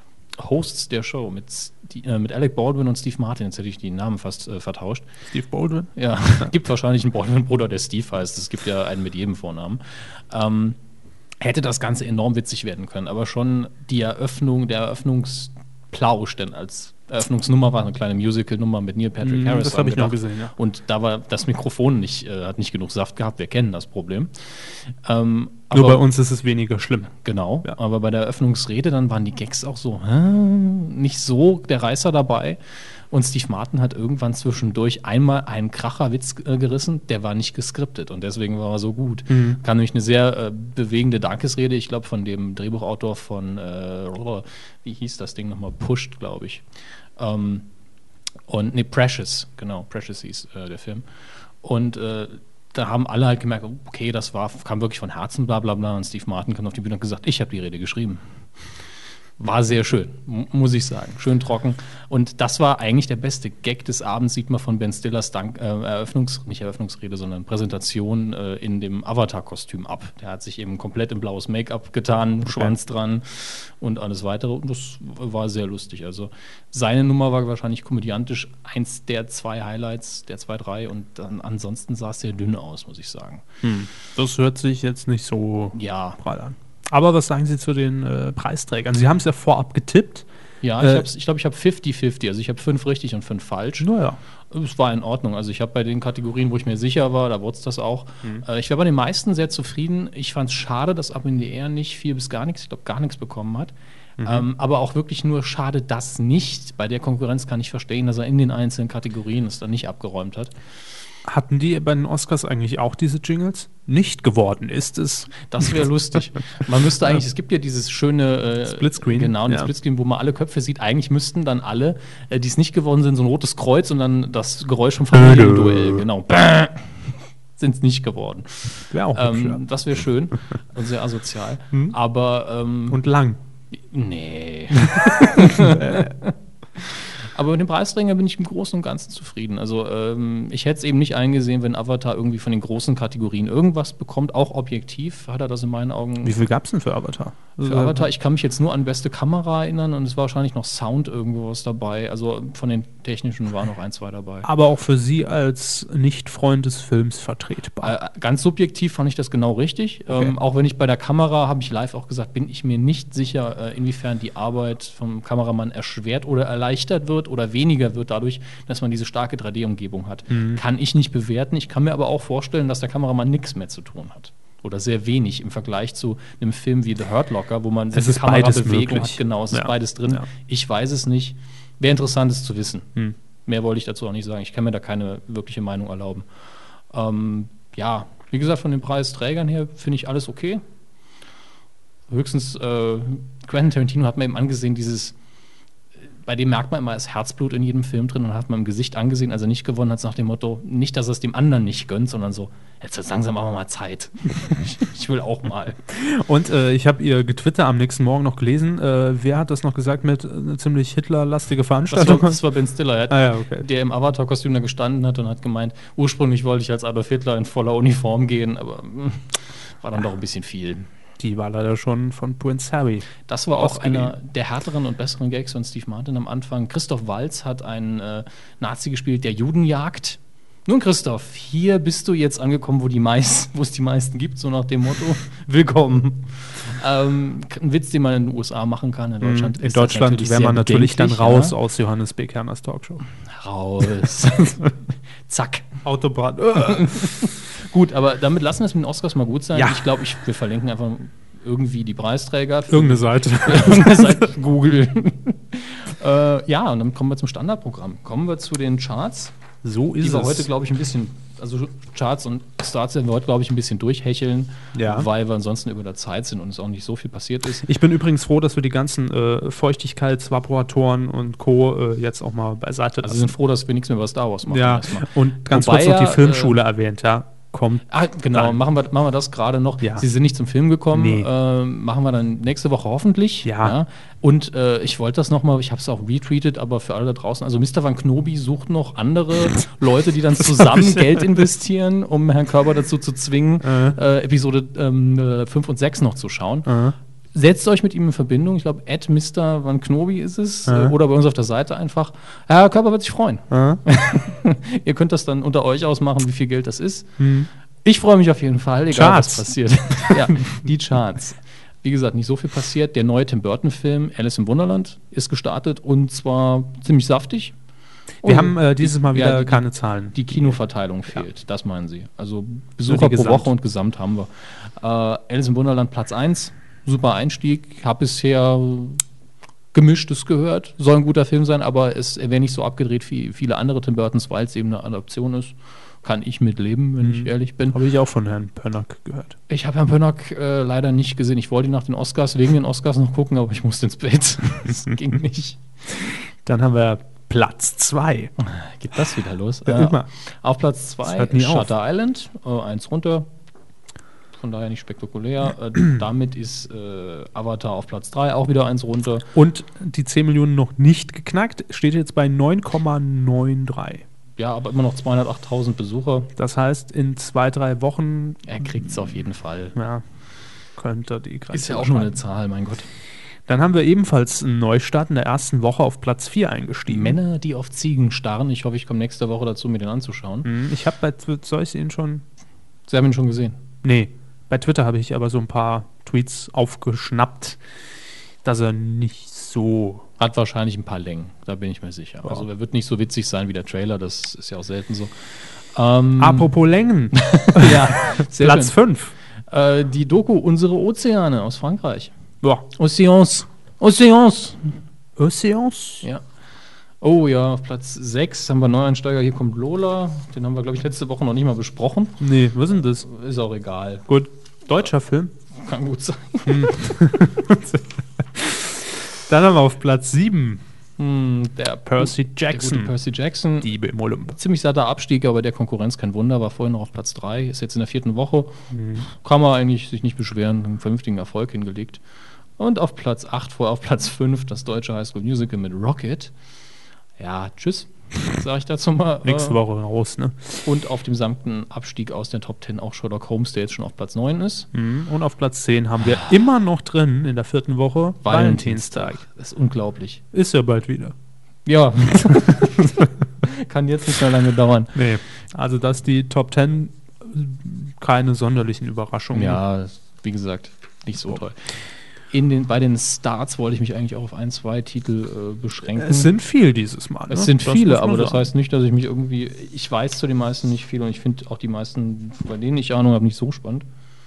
Hosts der Show mit, Sti- äh, mit Alec Baldwin und Steve Martin, jetzt hätte ich die Namen fast äh, vertauscht. Steve Baldwin. Ja, gibt wahrscheinlich einen Baldwin-Bruder, der Steve heißt. Es gibt ja einen mit jedem Vornamen. Ähm, hätte das Ganze enorm witzig werden können. Aber schon die Eröffnung, der Eröffnungsplausch, denn als Eröffnungsnummer war eine kleine Musical-Nummer mit Neil Patrick Mm, Harris. das habe ich noch angedacht. gesehen, ja. Und da war das Mikrofon nicht, äh, hat nicht genug Saft gehabt. Wir kennen das Problem. Ähm, Nur aber- bei uns ist es weniger schlimm. Genau, Ja. aber bei der Eröffnungsrede dann waren die Gags auch so hä, nicht so der Reißer dabei. Und Steve Martin hat irgendwann zwischendurch einmal einen Kracherwitz äh, gerissen, der war nicht geskriptet und deswegen war er so gut. Mhm. Kam nämlich eine sehr äh, bewegende Dankesrede, ich glaube von dem Drehbuchautor von, äh, wie hieß das Ding nochmal, Pushed, glaube ich. Ähm, und, nee, Precious, genau, Precious hieß äh, der Film. Und äh, da haben alle halt gemerkt, okay, das war, kam wirklich von Herzen, bla bla bla. Und Steve Martin kam auf die Bühne und hat gesagt, ich habe die Rede geschrieben. War sehr schön, m- muss ich sagen. Schön trocken. Und das war eigentlich der beste Gag des Abends, sieht man von Ben Stillers Dank, äh, Eröffnungs-, nicht Eröffnungsrede, sondern Präsentation äh, in dem Avatar-Kostüm ab. Der hat sich eben komplett in blaues Make-up getan, Schwanz dran und alles weitere. Und das war sehr lustig. Also seine Nummer war wahrscheinlich komödiantisch eins der zwei Highlights, der zwei, drei. Und dann ansonsten sah es sehr dünn aus, muss ich sagen. Das hört sich jetzt nicht so Ja, prall an. Aber was sagen Sie zu den äh, Preisträgern? Sie haben es ja vorab getippt. ja, Äh, ich, hab's- ich glaube, ich habe fünfzig fünfzig. Also ich habe fünf richtig und fünf falsch. Naja. Es war in Ordnung. Also ich habe bei den Kategorien, wo ich mir sicher war, da wurde es das auch. Äh, ich war bei den meisten sehr zufrieden. Ich fand es schade, dass Up in the Air nicht viel bis gar nichts, ich glaube gar nichts bekommen hat. Ähm, aber auch wirklich nur schade, dass nicht. Bei der Konkurrenz kann ich verstehen, dass er in den einzelnen Kategorien es dann nicht abgeräumt hat. Hatten die bei den Oscars eigentlich auch diese Jingles? Nicht geworden ist es. Das wäre lustig. Man müsste eigentlich, es gibt ja dieses schöne äh, Splitscreen. Genau, ein Ja. Splitscreen, wo man alle Köpfe sieht. Eigentlich müssten dann alle, äh, die es nicht geworden sind, so ein rotes Kreuz und dann das Geräusch vom Familienduell. Genau. Sind es nicht geworden. Wäre auch hübsch, ja. Ähm, das wäre schön und sehr asozial. Mhm. Aber ähm, Und lang. nee. Aber mit dem Preisträger bin ich im Großen und Ganzen zufrieden. Also ähm, ich hätte es eben nicht eingesehen, wenn Avatar irgendwie von den großen Kategorien irgendwas bekommt, auch objektiv hat er das in meinen Augen. Wie viel gab es denn für Avatar? Für Avatar, ich kann mich jetzt nur an beste Kamera erinnern und es war wahrscheinlich noch Sound irgendwo was dabei. Also von den technischen war noch ein, zwei dabei. Aber auch für Sie als Nicht-Freund des Films vertretbar. Äh, ganz subjektiv fand ich das genau richtig. Okay. Ähm, auch wenn ich bei der Kamera, habe ich live auch gesagt, bin ich mir nicht sicher, äh, inwiefern die Arbeit vom Kameramann erschwert oder erleichtert wird oder weniger wird dadurch, dass man diese starke drei D-Umgebung hat. Kann ich nicht bewerten. Ich kann mir aber auch vorstellen, dass der Kameramann nichts mehr zu tun hat. Oder sehr wenig im Vergleich zu einem Film wie The Hurt Locker, wo man Es ist beides möglich. hat. Genau, es ist Ja. beides drin. Ja. Ich weiß es nicht. Wäre interessant, es zu wissen. Hm. Mehr wollte ich dazu auch nicht sagen. Ich kann mir da keine wirkliche Meinung erlauben. Ähm, ja, wie gesagt, von den Preisträgern her finde ich alles okay. Höchstens äh, Quentin Tarantino hat mir eben angesehen, dieses, bei dem merkt man immer, es ist Herzblut in jedem Film drin und hat man im Gesicht angesehen, als er nicht gewonnen hat, nach dem Motto, nicht, dass er es dem anderen nicht gönnt, sondern so, jetzt wird langsam aber mal Zeit. ich, ich will auch mal. Und äh, ich habe ihr Getwitter am nächsten Morgen noch gelesen. Äh, wer hat das noch gesagt mit äh, eine ziemlich Hitlerlastige Das war, Veranstaltung? das war Ben Stiller, er hat, Ah ja, okay. der im Avatar-Kostüm da gestanden hat und hat gemeint, ursprünglich wollte ich als Adolf Hitler in voller Uniform gehen, aber mh, war dann doch ein bisschen viel. Die war leider schon von Prince Harry. Das war auch ausgeliehen. einer der härteren und besseren Gags von Steve Martin am Anfang. Christoph Waltz hat einen äh, Nazi gespielt, der Juden jagt. Nun, Christoph, hier bist du jetzt angekommen, wo die meist, wo es die meisten gibt, so nach dem Motto, willkommen. Ähm, ein Witz, den man in den U S A machen kann. In Deutschland, In ist das Deutschland natürlich wäre sehr man natürlich dann bedenklich, raus ja? aus Johannes B. Kerners Talkshow. Raus. Zack. Autobrand. Gut, aber damit lassen wir es mit den Oscars mal gut sein. Ja. Ich glaube, ich, wir verlinken einfach irgendwie die Preisträger. Irgendeine Seite. Irgendeine Seite Google. äh, ja, und dann kommen wir zum Standardprogramm. Kommen wir zu den Charts, So ist die wir es. heute, glaube ich, ein bisschen also Charts und Starts werden wir heute, glaube ich, ein bisschen durchhecheln, Ja. weil wir ansonsten über der Zeit sind und es auch nicht so viel passiert ist. Ich bin übrigens froh, dass wir die ganzen äh, Feuchtigkeitsvaporatoren und Co. Äh, jetzt auch mal beiseite Also wir sind froh, dass wir nichts mehr über Star Wars machen. Ja, erstmal. und ganz Wobei kurz noch die ja, Filmschule erwähnt, ja. Kommt. Ah, genau, Dann. machen wir, machen wir das gerade noch. Ja. Sie sind nicht zum Film gekommen, Nee. äh, machen wir dann nächste Woche hoffentlich. Ja. Und äh, ich wollte das nochmal, ich habe es auch retweetet, aber für alle da draußen, also Mister Van Knobi sucht noch andere Leute, die dann zusammen Geld investieren, um Herrn Körber dazu zu zwingen, Äh. äh, Episode ähm, fünf und sechs noch zu schauen. Äh. Setzt euch mit ihm in Verbindung. Ich glaube, at Mister Van Knobi ist es. Ja. Äh, oder bei uns auf der Seite einfach. Herr Körber wird sich freuen. Äh. Ihr könnt das dann unter euch ausmachen, wie viel Geld das ist. Hm. Ich freue mich auf jeden Fall, egal Charts. was passiert. Ja, die Charts. Wie gesagt, nicht so viel passiert. Der neue Tim Burton-Film Alice im Wunderland ist gestartet und zwar ziemlich saftig. Wir Und haben äh, dieses Mal die- wieder ja, die- keine Zahlen. Die Kinoverteilung fehlt, das meinen Sie. Also Nur Besucher die pro Gesamt. Woche und Gesamt haben wir. Äh, Alice im Wunderland Platz eins, super Einstieg. Habe bisher Gemischtes gehört. Soll ein guter Film sein, aber es wäre nicht so abgedreht wie viele andere Tim Burtons, weil es eben eine Adaption ist. Kann ich mitleben, wenn ich ehrlich bin. Habe ich auch von Herrn Pönnack gehört. Ich habe Herrn Pönnack äh, leider nicht gesehen. Ich wollte ihn nach den Oscars, wegen den Oscars noch gucken, aber ich musste ins Bett. Das ging nicht. Dann haben wir Platz zwei. Geht das wieder los? Ja, immer. Auf Platz Das zwei hört nie auf. Shutter Island, äh, eins runter. Von daher nicht spektakulär. Äh, damit ist äh, Avatar auf Platz drei, auch wieder eins runter. Und die zehn Millionen noch nicht geknackt, steht jetzt bei neun Komma neununddreißig. Ja, aber immer noch zweihundertachttausend Besucher. Das heißt, in zwei, drei Wochen Er kriegt es auf jeden Fall. ja, könnte die Grenze Ist ja auch nur eine überschreiten. Zahl, mein Gott. Dann haben wir ebenfalls einen Neustart in der ersten Woche auf Platz vier eingestiegen. Männer, die auf Ziegen starren. Ich hoffe, ich komme nächste Woche dazu, mir den anzuschauen. Hm, Ich habe bei Twitter, soll ich ihn schon? Sie haben ihn schon gesehen. Nee, bei Twitter habe ich aber so ein paar Tweets aufgeschnappt, dass er nicht so. Hat wahrscheinlich ein paar Längen, da bin ich mir sicher. Ja. Also er wird nicht so witzig sein wie der Trailer, das ist ja auch selten so. Ähm, Apropos Längen, ja, sehr Platz schön. fünf. Äh, die Doku Unsere Ozeane aus Frankreich. Ja. Oceans. Oceans. Oceans? Ja. Oh ja, auf Platz sechs haben wir Neueinsteiger. Hier kommt Lola. Den haben wir, glaube ich, letzte Woche noch nicht mal besprochen. Nee, was ist denn das? Ist auch egal. Gut, deutscher Film. Kann gut sein. Dann haben wir auf Platz sieben Hm, der Percy der Jackson. gute Percy Jackson. Diebe im Olymp. Ziemlich satter Abstieg, aber der Konkurrenz kein Wunder. War vorhin noch auf Platz drei. Ist jetzt in der vierten Woche. Kann man eigentlich sich nicht beschweren. Einen vernünftigen Erfolg hingelegt. Und auf Platz acht, vorher auf Platz fünf, das deutsche High School Musical mit Rocket. Ja, tschüss, sage ich dazu mal. Nächste Äh, Woche raus, ne? Und auf dem gesamten Abstieg aus der Top zehn auch Sherlock Holmes, der jetzt schon auf Platz neun ist. Mhm. Und auf Platz zehn haben wir immer noch drin in der vierten Woche Valentinstag. Das ist unglaublich. Ist ja bald wieder. Ja. Kann jetzt nicht mehr lange dauern. Nee. Also, dass die Top zehn keine sonderlichen Überraschungen. Ja, wie gesagt, nicht so So. toll. In den, bei den Starts wollte ich mich eigentlich auch auf ein, zwei Titel äh, beschränken. Es sind viel dieses Mal. Ne? Es sind Das viele, muss man aber das sagen. heißt nicht, dass ich mich irgendwie. Ich weiß zu den meisten nicht viel und ich finde auch die meisten, bei denen ich Ahnung habe, nicht so spannend.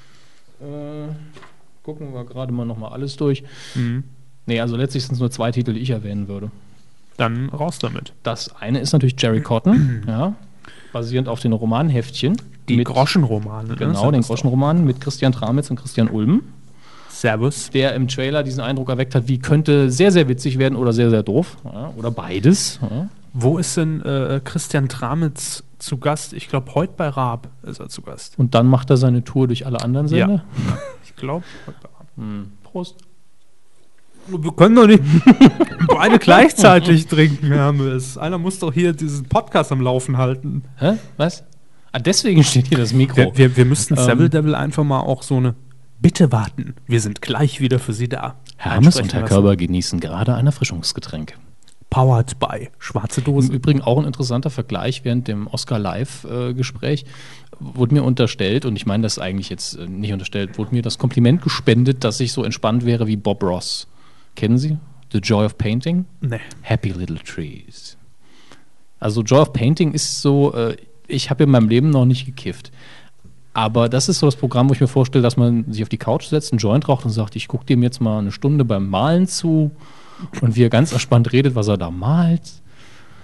Äh, gucken wir gerade mal nochmal alles durch. Mhm. Nee, also letztlich sind es nur zwei Titel, die ich erwähnen würde. Dann raus damit. Das eine ist natürlich Jerry Cotton, ja, basierend auf den Romanheftchen. Die mit, Groschenromane. ne? Genau, Sind den das doch. Groschenroman mit Christian Tramitz und Christian Ulm, Servus. der im Trailer diesen Eindruck erweckt hat, wie könnte sehr, sehr witzig werden oder sehr, sehr doof. Ja, oder beides. Ja. Wo ist denn äh, Christian Tramitz zu Gast? Ich glaube, heute bei Raab ist er zu Gast. Und dann macht er seine Tour durch alle anderen Sender. Ja. Ich glaube, heute bei Raab. Hm. Prost. Wir können doch nicht beide gleichzeitig trinken, Hermes. Einer muss doch hier diesen Podcast am Laufen halten. Hä? Was? Ah, deswegen steht hier das Mikro. Wir, wir, wir müssten Ähm. Seville Devil einfach mal auch so eine Bitte warten. Wir sind gleich wieder für Sie da. Hermes Einsprechen und Herr lassen. Körber genießen gerade ein Erfrischungsgetränk. Powered by Schwarze Im Dosen. Übrigen auch ein interessanter Vergleich während dem Oscar-Live-Gespräch wurde mir unterstellt, und ich meine das eigentlich jetzt äh, nicht unterstellt, wurde mir das Kompliment gespendet, dass ich so entspannt wäre wie Bob Ross. Kennen Sie? The Joy of Painting? Nee. Happy Little Trees. Also Joy of Painting ist so, äh, ich habe in meinem Leben noch nicht gekifft. Aber das ist so das Programm, wo ich mir vorstelle, dass man sich auf die Couch setzt, einen Joint raucht und sagt, ich gucke dem jetzt mal eine Stunde beim Malen zu und wie er ganz entspannt redet, was er da malt.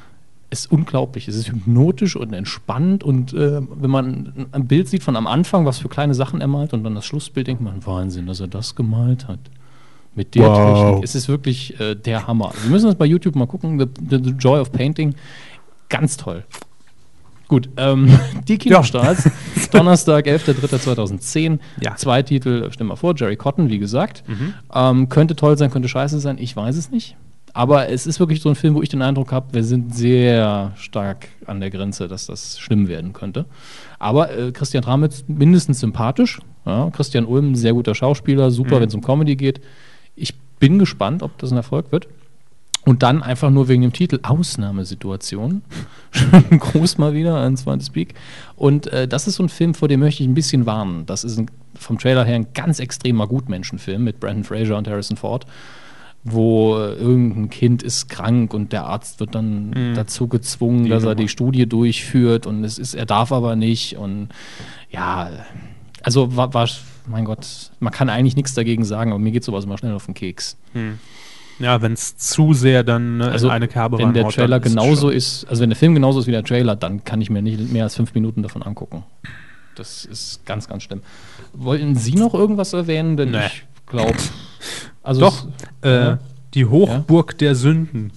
ist unglaublich. Es ist hypnotisch und entspannt und äh, wenn man ein Bild sieht von am Anfang, was für kleine Sachen er malt und dann das Schlussbild, denkt man, Wahnsinn, dass er das gemalt hat. Mit der Wow. Technik. Es ist wirklich äh, der Hammer. Wir müssen das bei YouTube mal gucken. The, the, the Joy of Painting. Ganz toll. Gut, ähm, die Kinostarts. Donnerstag, elfter dritter zweitausendzehn. Ja. Zwei Titel, stell mal vor, Jerry Cotton, wie gesagt. Ähm, könnte toll sein, könnte scheiße sein, ich weiß es nicht. Aber es ist wirklich so ein Film, wo ich den Eindruck habe, wir sind sehr stark an der Grenze, dass das schlimm werden könnte. Aber äh, Christian Tramitz mindestens sympathisch. Ja, Christian Ulm, sehr guter Schauspieler, super, Mhm. wenn es um Comedy geht. Ich bin gespannt, ob das ein Erfolg wird. Und dann einfach nur wegen dem Titel Ausnahmesituation. Schönen Gruß mal wieder an zweites Speak. Und äh, das ist so ein Film, vor dem möchte ich ein bisschen warnen. Das ist ein, vom Trailer her ein ganz extremer Gutmenschenfilm mit Brandon Fraser und Harrison Ford, wo äh, irgendein Kind ist krank und der Arzt wird dann Mhm. dazu gezwungen, Die dass er Nummer. die Studie durchführt und es ist, er darf aber nicht. Und ja, also war, war mein Gott, man kann eigentlich nichts dagegen sagen, aber mir geht sowas immer schnell auf den Keks. Ja, wenn es zu sehr dann ne, Also, in eine Kerbe wenn der reinhaut, Trailer dann ist es genauso schon- ist, also wenn der Film genauso ist wie der Trailer, dann kann ich mir nicht mehr als fünf Minuten davon angucken. Das ist ganz, ganz schlimm. Wollten Sie noch irgendwas erwähnen? Denn Nee. ich glaube, also Doch, es- äh, ja. die Hochburg der Sünden.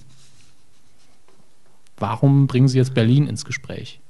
Warum bringen Sie jetzt Berlin ins Gespräch?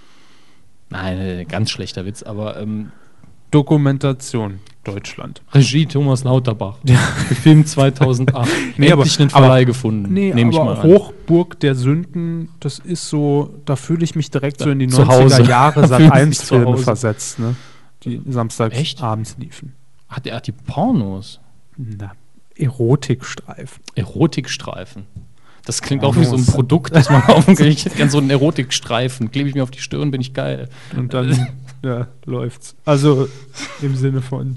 Nein, äh, ganz schlechter Witz, aber ähm, Dokumentation Deutschland. Regie Thomas Lauterbach. Film zweitausendacht. Nee, aber- Endlich einen Verleih gefunden. Nee, Nehme ich aber mal an. Hochburg der Sünden, das ist so, da fühle ich mich direkt so in die Zu Hause. neunziger Jahre Da Sat fühlt sich eins zu Filme Hause. versetzt, ne? Die samstags Echt? abends liefen. Ach, der hat die Pornos. Na, Erotikstreifen. Erotikstreifen. Das klingt auch wie so ein Pornos. Produkt, das man kaufen kann. Ich hätte gerne so einen Erotikstreifen. Klebe ich mir auf die Stirn, bin ich geil. Und dann ja, läuft's. Also im Sinne von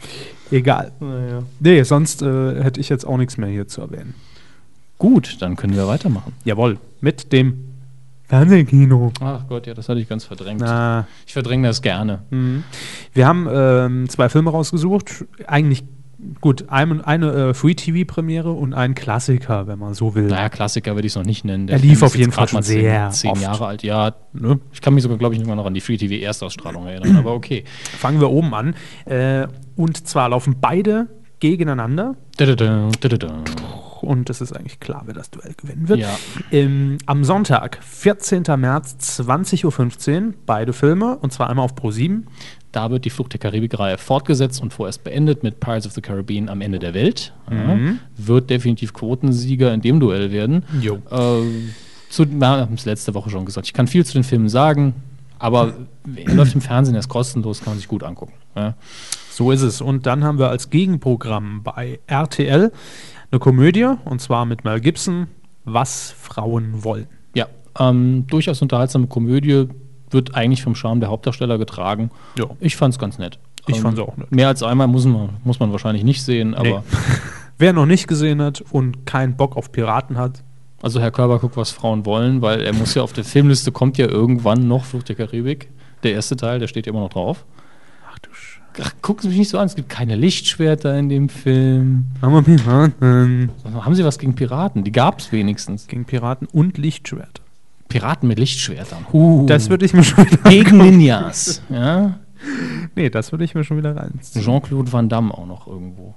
egal. Naja. Nee, sonst äh, hätte ich jetzt auch nichts mehr hier zu erwähnen. Gut, dann können wir weitermachen. Jawohl, mit dem Fernsehkino. Ach Gott, ja, das hatte ich ganz verdrängt. Na, Ich verdränge das gerne. mhm. Wir haben ähm, zwei Filme rausgesucht. Eigentlich gut, ein, eine äh, Free-T V-Premiere und ein Klassiker, wenn man so will. Naja, Klassiker würde ich es noch nicht nennen. Er Film lief ist auf jetzt jeden Fall grad mal schon sehr zehn, zehn oft. Jahre alt. Ja, Ne? ich kann mich sogar, glaube ich, nicht mal noch an die Free-T V-Erstausstrahlung erinnern, aber okay. Fangen wir oben an. Äh, und zwar laufen beide gegeneinander. Dadada, dadada. Und es ist eigentlich klar, wer das Duell gewinnen wird. Ja. Ähm, am Sonntag, vierzehnten März, zwanzig Uhr fünfzehn, beide Filme, und zwar einmal auf Pro sieben. Da wird die Flucht der Karibik-Reihe fortgesetzt und vorerst beendet mit Pirates of the Caribbean am Ende der Welt. Ja. Mhm. Wird definitiv Quotensieger in dem Duell werden. Jo. Äh, zu, wir haben es letzte Woche schon gesagt. Ich kann viel zu den Filmen sagen, aber er läuft im Fernsehen, er ist kostenlos, kann man sich gut angucken. Ja. So ist es. Und dann haben wir als Gegenprogramm bei R T L eine Komödie, und zwar mit Mel Gibson, Was Frauen wollen. Ja, ähm, durchaus unterhaltsame Komödie, wird eigentlich vom Charme der Hauptdarsteller getragen. Ja. Ich fand's ganz nett. Ich fand's auch nett. Mehr als einmal muss man, muss man wahrscheinlich nicht sehen, aber Nee. Wer noch nicht gesehen hat und keinen Bock auf Piraten hat, also Herr Körber guckt, was Frauen wollen, weil er muss ja auf der Filmliste kommt ja irgendwann noch Flucht der Karibik. Der erste Teil, der steht ja immer noch drauf. ach du Sch... Ach, gucken Sie mich nicht so an, es gibt keine Lichtschwerter in dem Film. Haben wir Piraten Haben Sie was gegen Piraten? Die gab es wenigstens. gegen Piraten und Lichtschwerter. Piraten mit Lichtschwertern. Huh. Das würde ich mir schon wieder Gegen Ninjas. Ja? Nee, das würde ich mir schon wieder rein. Jean-Claude Van Damme auch noch irgendwo.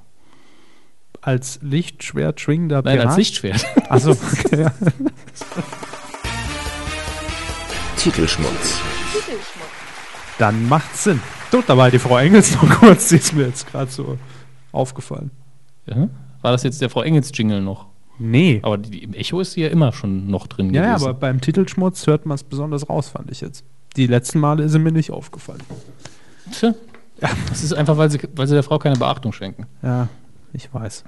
Als Lichtschwert schwingender Nein, Pirat? als Lichtschwert. Achso, okay, ja. Titelschmutz. Dann macht's Sinn. Tut dabei die Frau Engels noch kurz, die ist mir jetzt gerade so aufgefallen. Ja? War das jetzt der Frau Engels-Jingle noch? Nee. Aber die, im Echo ist sie ja immer schon noch drin Ja, ja, gewesen. aber beim Titelschmutz hört man es besonders raus, fand ich jetzt. Die letzten Male ist sie mir nicht aufgefallen. Tja. Das ist einfach, weil sie, weil sie der Frau keine Beachtung schenken. Ja, ich weiß.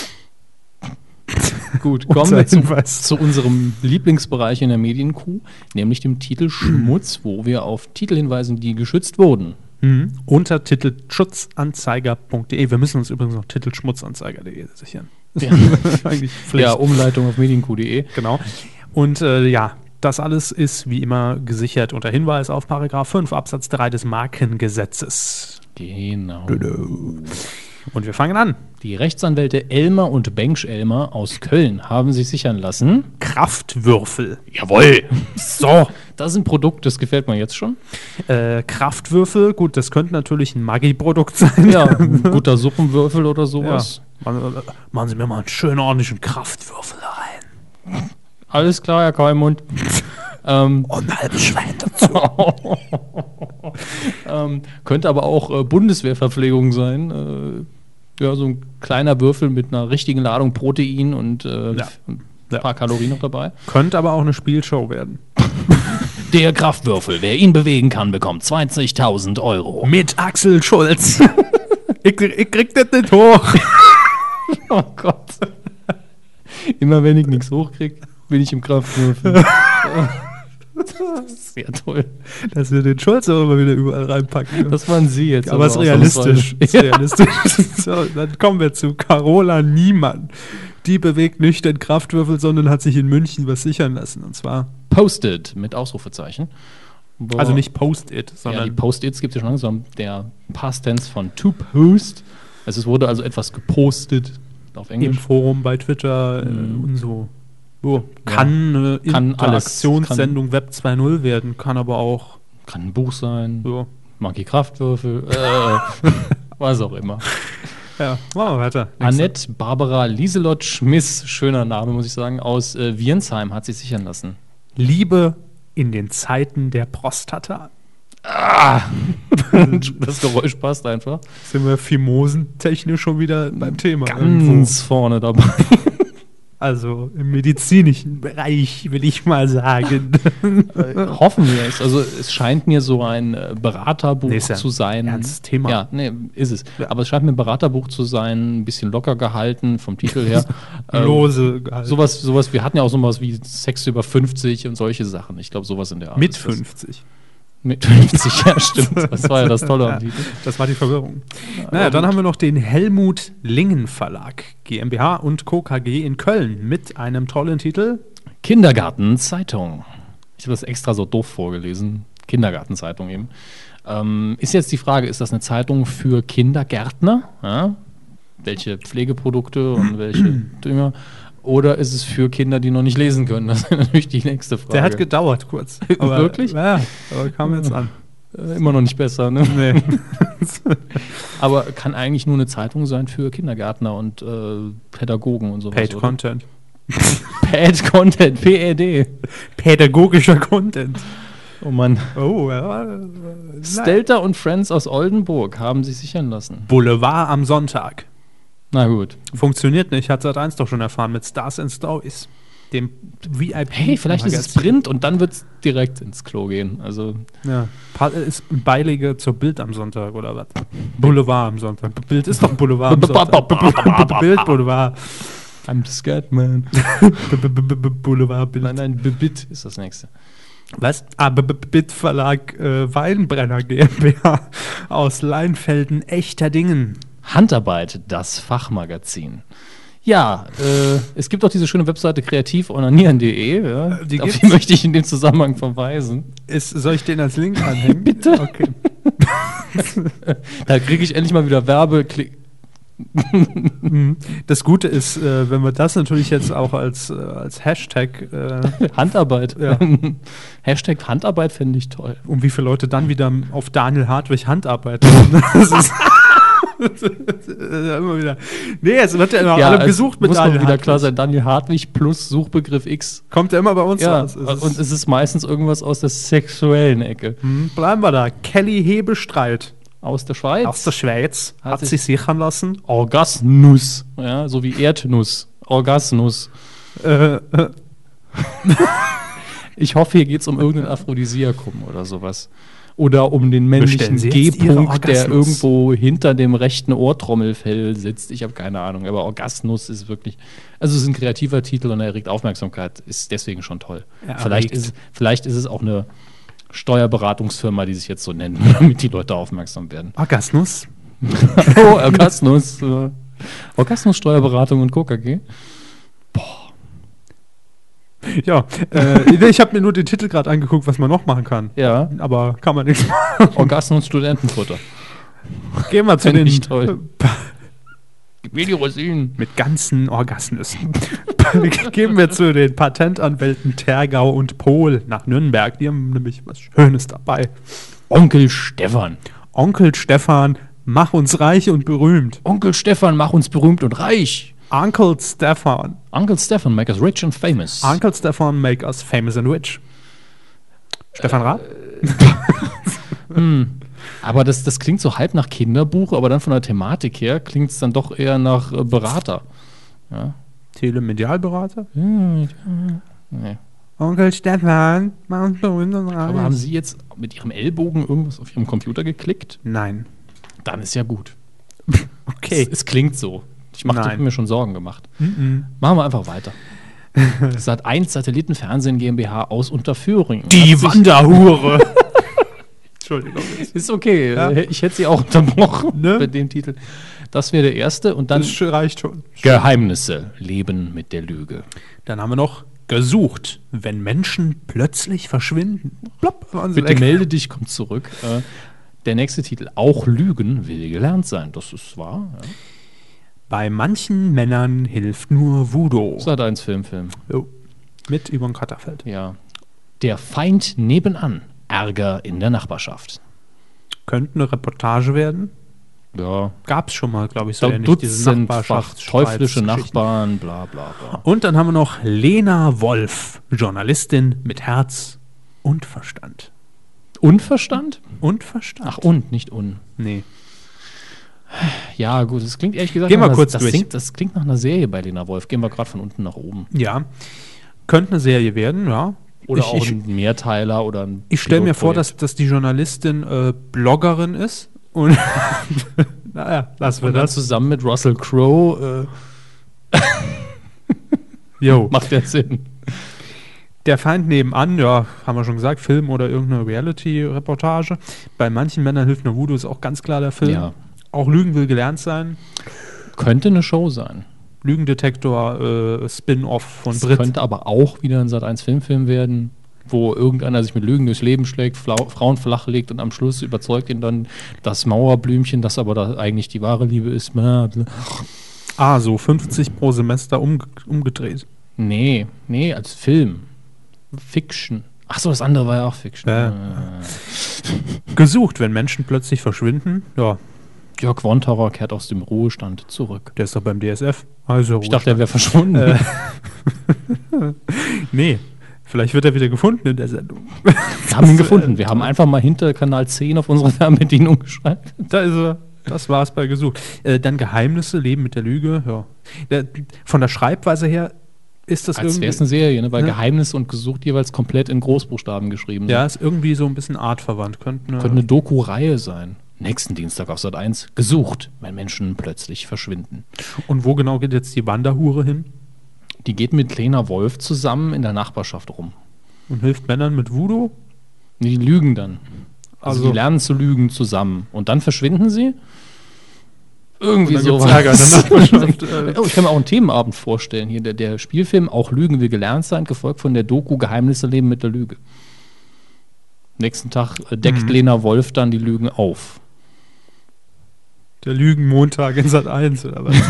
Gut, Unser kommen wir zu, Hinweis. zu unserem Lieblingsbereich in der Medienkuh, nämlich dem Titelschmutz, wo wir auf Titel hinweisen, die geschützt wurden. Mhm. Unter titelschutzanzeiger punkt de. Wir müssen uns übrigens noch titelschmutzanzeiger punkt de sichern. Ja. Eigentlich Pflicht. Ja, Umleitung auf medienkuh punkt de. Genau. Und äh, ja, das alles ist wie immer gesichert unter Hinweis auf Paragraph fünf Absatz drei des Markengesetzes. Genau. Und wir fangen an. Die Rechtsanwälte Elmer und Bengsch Elmer aus Köln haben sich sichern lassen. Kraftwürfel. Jawohl! So. Das ist ein Produkt, das gefällt mir jetzt schon. Äh, Kraftwürfel, gut, das könnte natürlich ein Maggi-Produkt sein. Ja, ein guter Suppenwürfel oder sowas. Ja. Machen, machen Sie mir mal einen schönen ordentlichen Kraftwürfel da rein. Alles klar, Herr Keimund. ähm, Und ein halbes Schwein dazu. ähm, könnte aber auch äh, Bundeswehrverpflegung sein. Äh, ja, so ein kleiner Würfel mit einer richtigen Ladung Protein und äh, Ja. ein Ja. paar Kalorien noch dabei. Könnte aber auch eine Spielshow werden. Der Kraftwürfel, wer ihn bewegen kann, bekommt zwanzigtausend Euro. Mit Axel Schulz. ich, ich krieg das nicht hoch. Oh Gott. Immer wenn ich nichts hochkriege, bin ich im Kraftwürfel. Das ist sehr toll. Dass wir den Schulz auch immer wieder überall reinpacken. Das waren Sie jetzt. aber es ist realistisch. Ist realistisch. So, dann kommen wir zu Carola Niemann. Die bewegt nicht den Kraftwürfel, sondern hat sich in München was sichern lassen. Und zwar. Post-it mit Ausrufezeichen. Wo Also nicht Post-it, ja, sondern. die Post-its gibt es ja schon langsam. Der Past-Tense von to post. Also es wurde also etwas gepostet auf im Englisch. Forum, bei Twitter Mhm. äh, und so. So, kann eine Kann alles. Interaktionssendung Web zwei Punkt null werden, kann aber auch Kann ein Buch sein. so. Monkey Kraftwürfel. Äh, was auch immer. Ja, machen wir weiter. Nächster. Annette Barbara Lieselott Schmiss, schöner Name, muss ich sagen, aus äh, Wiernsheim hat sich sichern lassen. Liebe in den Zeiten der Prostata. Das Geräusch passt einfach. Sind wir Phimosentechnisch schon wieder beim Thema. irgendwo. Ganz vorne dabei. Also im medizinischen Bereich, will ich mal sagen. Hoffen wir es. Also es scheint mir so ein äh, Beraterbuch Nee, ist ja zu sein. ernstes Thema. Ja, nee, ist es. Ja. Aber es scheint mir ein Beraterbuch zu sein, ein bisschen locker gehalten vom Titel her. Ähm, Lose gehalten. Sowas, sowas, wir hatten ja auch sowas wie Sex über fünfzig und solche Sachen. Ich glaube, sowas in der Art. Mit ist das. fünfzig. Mit fünfzig, ja, stimmt. Das war ja das Tolle am Titel. Das war die Verwirrung. Naja, dann haben wir noch den Helmut Lingen Verlag GmbH und Co. K G in Köln mit einem tollen Titel. Kindergartenzeitung. Ich habe das extra so doof vorgelesen. Kindergartenzeitung eben. Ähm, ist jetzt die Frage, ist das eine Zeitung für Kindergärtner? Ja? Welche Pflegeprodukte und welche Dünger? Oder ist es für Kinder, die noch nicht lesen können? Das ist natürlich die nächste Frage. Der hat gedauert kurz. Wirklich? Ja, aber kam jetzt an. Äh, immer noch nicht besser, ne? Nee. Aber kann eigentlich nur eine Zeitung sein für Kindergärtner und äh, Pädagogen und sowas. Paid oder? Content. Paid Content, P E D. Pädagogischer Content. Oh Mann. Oh, ja. Stelter und Friends aus Oldenburg haben sich sichern lassen. Boulevard am Sonntag. Na gut. Funktioniert nicht, hat Sat eins doch schon erfahren mit Stars and Stories. Dem V I P. Hey, vielleicht ist es Print und dann wird es direkt ins Klo gehen. Also Ja. Pa- Ist ein Beilege zur Bild am Sonntag oder was? Boulevard am Sonntag. Bild ist doch Boulevard am Sonntag. Bild Boulevard. I'm scared, man. Boulevard Bild. Nein, nein, Bibit ist das nächste. Was? Ah, Bild Verlag äh, Weinbrenner GmbH aus Leinfelden echter Dingen. Handarbeit, das Fachmagazin. Ja, äh, es gibt auch diese schöne Webseite kreativonanieren punkt de. Ja, Die auf gibt's? die möchte ich in dem Zusammenhang verweisen. Ist, soll ich den als Link anhängen? Bitte. Okay. Da kriege ich endlich mal wieder Werbeklick. Das Gute ist, äh, wenn wir das natürlich jetzt auch als, äh, als Hashtag, äh, Handarbeit. Ja. Hashtag Handarbeit finde ich toll. um wie viele Leute dann wieder auf Daniel Hartwig Handarbeit haben. Das ist immer wieder. Nee, es wird ja immer alle es gesucht mit muss Daniel mal wieder Hartwig. klar sein, Daniel Hartwig plus Suchbegriff X. Kommt ja immer bei uns Ja, raus. Es ist- und es ist meistens irgendwas aus der sexuellen Ecke. Hm, bleiben wir da. Kelly Hebestreit Aus der Schweiz. aus der Schweiz Hat hat, sich- sich sichern lassen. Orgasnuss. Ja, so wie Erdnuss. Orgasnuss. Äh, äh, Ich hoffe, hier geht es um irgendein Aphrodisiakum oder sowas. Oder um den männlichen Bestellen Sie jetzt Ihre G-Punkt, der Orgasnuss. irgendwo hinter dem rechten Ohrtrommelfell sitzt. Ich habe keine Ahnung, aber Orgasnuss ist wirklich, also es ist ein kreativer Titel und er erregt Aufmerksamkeit, ist deswegen schon toll. Er Vielleicht erregt. ist, vielleicht ist es auch eine Steuerberatungsfirma, die sich jetzt so nennt, damit die Leute aufmerksam werden. Orgasmus. Oh, Orgasnuss. äh, Orgasnuss, Steuerberatung und Co. K G. Ja, äh, ich habe mir nur den Titel gerade angeguckt, was man noch machen kann. Ja, Aber kann man nichts machen. Orgasnuss, Studentenfutter. Gehen wir zu Find den ich toll. Pa Wie die Rosinen. Mit ganzen Orgasnüssen. Gehen wir zu den Patentanwälten Tergau und Pohl nach Nürnberg. Die haben nämlich was Schönes dabei. Onkel Stefan. Onkel Stefan, mach uns reich und berühmt. Onkel Stefan, mach uns berühmt und reich. Uncle Stefan. Uncle Stefan, make us rich and famous. Uncle Stefan, make us famous and rich. Stefan Raab? Hm. Aber das, das klingt so halb nach Kinderbuch, aber dann von der Thematik her klingt es dann doch eher nach äh, Berater. Ja. Telemedialberater? Hm. Nee. Onkel Stefan, mach uns berühmt und reich. Aber haben Sie jetzt mit Ihrem Ellbogen irgendwas auf Ihrem Computer geklickt? Nein. Dann ist ja gut. Okay. Es, es klingt so. Ich mach, Nein. hab mir schon Sorgen gemacht. Mm-mm. Machen wir einfach weiter. Sat eins Satellitenfernsehen GmbH aus Unterföhringen. Die Hat sich- Wanderhure. Entschuldigung. Ist okay. Ja. Ich hätte sie auch unterbrochen Ne? bei dem Titel. Das wäre der erste. Und dann Das reicht schon. Geheimnisse. Leben mit der Lüge. Dann haben wir noch gesucht, wenn Menschen plötzlich verschwinden. Plopp, waren sie Bitte weg. melde dich, komm zurück. Äh, der nächste Titel. Auch Lügen will gelernt sein. Das ist wahr. Ja. Bei manchen Männern hilft nur Voodoo. Sat eins Filmfilm. Jo. Mit Yvonne Katterfeld. Ja. Der Feind nebenan. Ärger in der Nachbarschaft. Könnte eine Reportage werden. Ja. Gab es schon mal, glaube ich, so So ähnlich. Diese Dutzendfach teuflische Nachbarschaftsgeschichten. Nachbarn, bla bla bla. Und dann haben wir noch Lena Wolf, Journalistin mit Herz und Verstand. Unverstand? Und Verstand? Ach, und, nicht un. nee. Ja, gut, das klingt ehrlich gesagt Gehen wir nach einer- kurz das durch. Klingt, das klingt nach einer Serie bei Lena Wolf. Gehen wir gerade von unten nach oben. Ja. Könnte eine Serie werden, ja. Oder ich, auch ich, ein Mehrteiler oder ein ich stelle mir vor, Pilotprojekt. dass, dass die Journalistin äh, Bloggerin ist. Und naja, lassen wir Und dann das. zusammen mit Russell Crowe äh, Jo. macht der Sinn. Der Feind nebenan, ja, haben wir schon gesagt, Film oder irgendeine Reality-Reportage. Bei manchen Männern hilft nur Voodoo, ist auch ganz klar der Film. Ja. Auch Lügen will gelernt sein. Könnte eine Show sein. Lügendetektor, äh, Spin-off von Es Brit. könnte aber auch wieder ein Sat eins Filmfilm werden, wo irgendeiner sich mit Lügen durchs Leben schlägt, Flau Frauen flachlegt und am Schluss überzeugt ihn dann das Mauerblümchen, das aber da eigentlich die wahre Liebe ist. Bla, bla. Ah, so fünfzig pro Semester umge umgedreht. Nee, nee, als Film. Fiction. Achso, das andere war ja auch Fiction. Ja. Äh, Gesucht, wenn Menschen plötzlich verschwinden. Ja, Jörg Wonterer kehrt aus dem Ruhestand zurück. der ist doch beim D S F. Also Ich dachte, er wäre verschwunden. Äh. nee, vielleicht wird er wieder gefunden in der Sendung. Wir haben ihn gefunden. Wir haben einfach mal hinter Kanal zehn auf unsere Fernbedienung geschaltet. Da ist er. Das war's bei Gesucht. Äh, dann Geheimnisse, Leben mit der Lüge. Ja. Der, von der Schreibweise her ist das Als wäre es irgendwie. eine Serie, ne? Weil Ja. Geheimnis und Gesucht jeweils komplett in Großbuchstaben geschrieben Ja, ist irgendwie so ein bisschen artverwandt. Könnte eine, Könnte eine Doku-Reihe sein. Nächsten Dienstag auf Sat eins. Gesucht, wenn Menschen plötzlich verschwinden. Und wo genau geht jetzt die Wanderhure hin? Die geht mit Lena Wolf zusammen in der Nachbarschaft rum. Und hilft Männern mit Voodoo? Die lügen dann. Also, Also- die lernen zu lügen zusammen. Und dann verschwinden sie. Irgendwie Und dann so. gibt's Ärger in der Nachbarschaft, äh. Oh, ich kann mir auch einen Themenabend vorstellen. Hier der, der Spielfilm Auch Lügen will gelernt sein, gefolgt von der Doku Geheimnisse leben mit der Lüge. Nächsten Tag äh, deckt Mhm. Lena Wolf dann die Lügen auf. Der Lügenmontag in Sat eins oder was?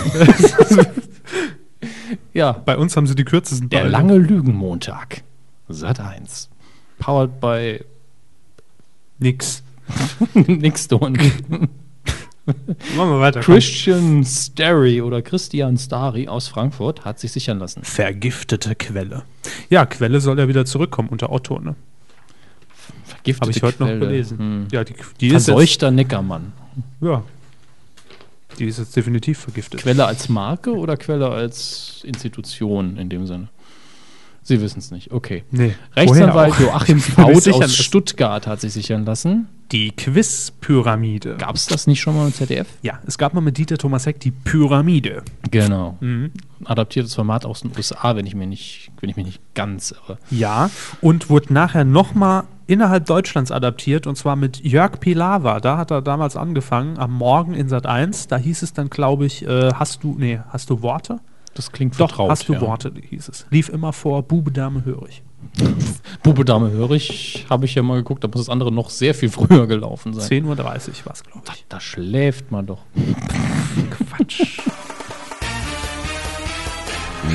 Ja, Bei uns haben sie die kürzesten der Beine. lange Lügenmontag. Sat eins. Powered by Nix. Nixstone. Machen wir weiter. komm. Christian Starry oder Christian Starry aus Frankfurt hat sich sichern lassen. Vergiftete Quelle. Ja, Quelle soll ja wieder zurückkommen unter Otto, ne? Vergiftete Habe ich heute noch Quelle. gelesen. Hm. Ja, die, die ist jetzt, Verseuchter Neckermann. ja. Die ist jetzt definitiv vergiftet. Quelle als Marke oder Quelle als Institution in dem Sinne? Sie wissen es nicht. Okay. Nee. Rechtsanwalt Woher auch? Joachim Ich will mich Faut sichern aus lassen. Stuttgart hat sich sichern lassen. Die Quizpyramide. Gab es das nicht schon mal im Z D F? Ja, es gab mal mit Dieter Thomas Heck die Pyramide. Genau. Mhm. Adaptiertes Format aus den U S A, wenn ich mir nicht, wenn ich mich nicht ganz irre. Ja, und wurde nachher nochmal innerhalb Deutschlands adaptiert, und zwar mit Jörg Pilawa. Da hat er damals angefangen, am Morgen in Sat eins. Da hieß es dann, glaube ich, äh, hast du, nee, hast du Worte? Das klingt Doch, vertraut. hast du ja. Worte, hieß es. Lief immer vor Bube, Dame, Hörig. Bube, Dame, Hörig, habe ich ja mal geguckt, da muss das andere noch sehr viel früher gelaufen sein. zehn Uhr dreißig war es, glaube Da, ich. da schläft man doch. Quatsch.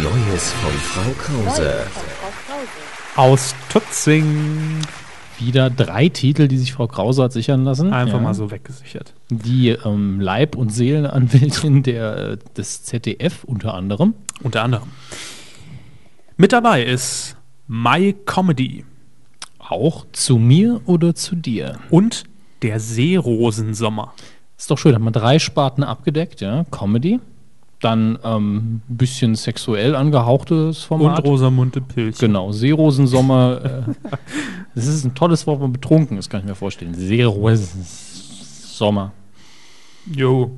Neues von Frau Krause. Aus Tutzing. Wieder drei Titel, die sich Frau Krause hat sichern lassen. Einfach Ja. mal so weggesichert. Die ähm, Leib- und Seelenanwältin der, des Z D F unter anderem. Unter anderem. Mit dabei ist My Comedy Auch zu mir oder zu dir. und der Seerosensommer. Ist doch schön, hat man drei Sparten abgedeckt, ja. Comedy, dann ähm, ein bisschen sexuell angehauchtes Format. Und Rosamunde Pilch. Genau, Seerosensommer. äh, das ist ein tolles Wort, wenn man betrunken ist, kann ich mir vorstellen. Seerosensommer. Jo.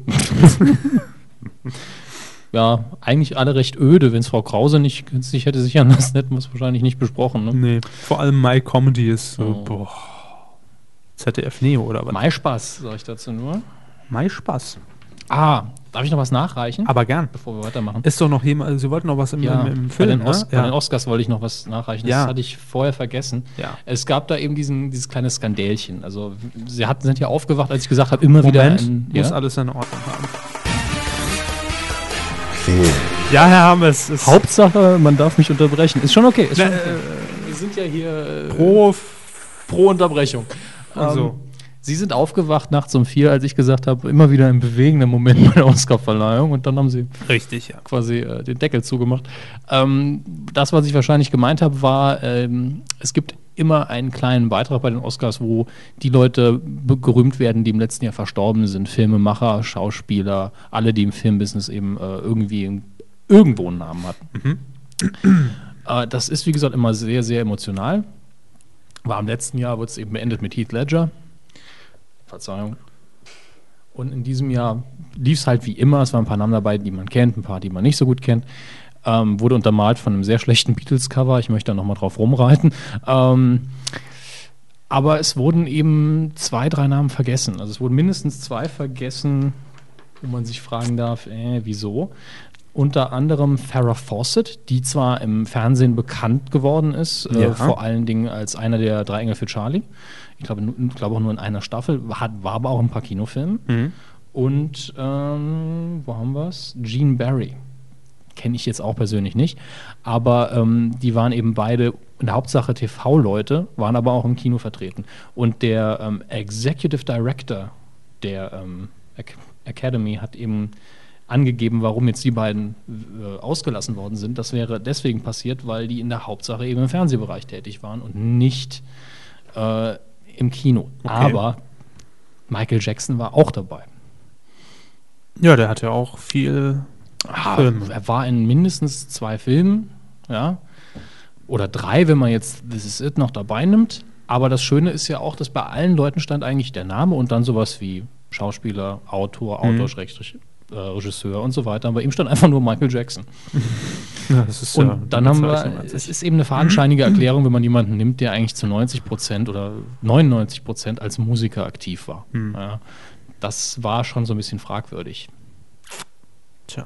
Ja, eigentlich alle recht öde. Wenn es Frau Krause nicht sich hätte sichern lassen, hätten wir es wahrscheinlich nicht besprochen. Ne? Nee, vor allem My Comedy ist so, Oh. boah. Z D F Neo oder was? Mai Spaß, sage ich dazu nur. My Spaß. Ah, darf ich noch was nachreichen? Aber gern. Bevor wir weitermachen. Ist doch noch jemand, Sie wollten noch was im, Ja, im, im bei, Film, den Os ne? bei Ja. den Oscars wollte ich noch was nachreichen. Das Ja. hatte ich vorher vergessen. Ja. Es gab da eben diesen, dieses kleine Skandälchen. Also sie hatten, sind ja aufgewacht, als ich gesagt habe, immer Moment, wieder ein, muss ja? alles seine Ordnung haben. Film. Ja, Herr Hammes, ist Hauptsache, man darf mich unterbrechen. Ist schon okay. Ist Na, schon okay. Wir sind ja hier äh, pro, pro Unterbrechung. Also. Ähm, Sie sind aufgewacht nachts um vier, als ich gesagt habe, immer wieder ein bewegender Moment bei der Oscarverleihung. Und dann haben Sie richtig, ja. quasi äh, den Deckel zugemacht. Ähm, das, was ich wahrscheinlich gemeint habe, war, ähm, es gibt immer einen kleinen Beitrag bei den Oscars, wo die Leute be- gerühmt werden, die im letzten Jahr verstorben sind. Filmemacher, Schauspieler, alle, die im Filmbusiness eben äh, irgendwie irgendwo einen Namen hatten. äh, das ist, wie gesagt, immer sehr, sehr emotional. War im letzten Jahr, wurde es eben beendet mit Heath Ledger. Verzeihung. Und in diesem Jahr lief es halt wie immer. Es waren ein paar Namen dabei, die man kennt, ein paar, die man nicht so gut kennt. Ähm, wurde untermalt von einem sehr schlechten Beatles-Cover. Ich möchte da nochmal drauf rumreiten. Ähm, aber es wurden eben zwei, drei Namen vergessen. Also es wurden mindestens zwei vergessen, wo man sich fragen darf, äh, wieso? Unter anderem Farrah Fawcett, die zwar im Fernsehen bekannt geworden ist, äh, Ja. vor allen Dingen als einer der drei Engel für Charlie. Ich glaube, nu- ich glaube auch nur in einer Staffel, hat, war aber auch in ein paar Kinofilmen. Mhm. Und ähm, wo haben wir es? Gene Barry. Kenne ich jetzt auch persönlich nicht. Aber ähm, die waren eben beide in der Hauptsache T V-Leute, waren aber auch im Kino vertreten. Und der ähm, Executive Director der ähm, Ac- Academy hat eben angegeben, warum jetzt die beiden äh, ausgelassen worden sind. Das wäre deswegen passiert, weil die in der Hauptsache eben im Fernsehbereich tätig waren und nicht äh, im Kino. Okay. Aber Michael Jackson war auch dabei. Ja, der hat ja auch viel Ah, Film. er war in mindestens zwei Filmen, ja. Oder drei, wenn man jetzt This Is It noch dabei nimmt. Aber das Schöne ist ja auch, dass bei allen Leuten stand eigentlich der Name und dann sowas wie Schauspieler, Autor, Mhm. Autor, Schrägstrich, äh, Regisseur und so weiter. Bei ihm stand einfach nur Michael Jackson. Ja, das ist Und ja dann eine haben wir, Bezeichnung an es sich. ist eben eine fadenscheinige Erklärung, wenn man jemanden nimmt, der eigentlich zu neunzig Prozent oder neunundneunzig Prozent als Musiker aktiv war. Hm. Ja, das war schon so ein bisschen fragwürdig. Tja.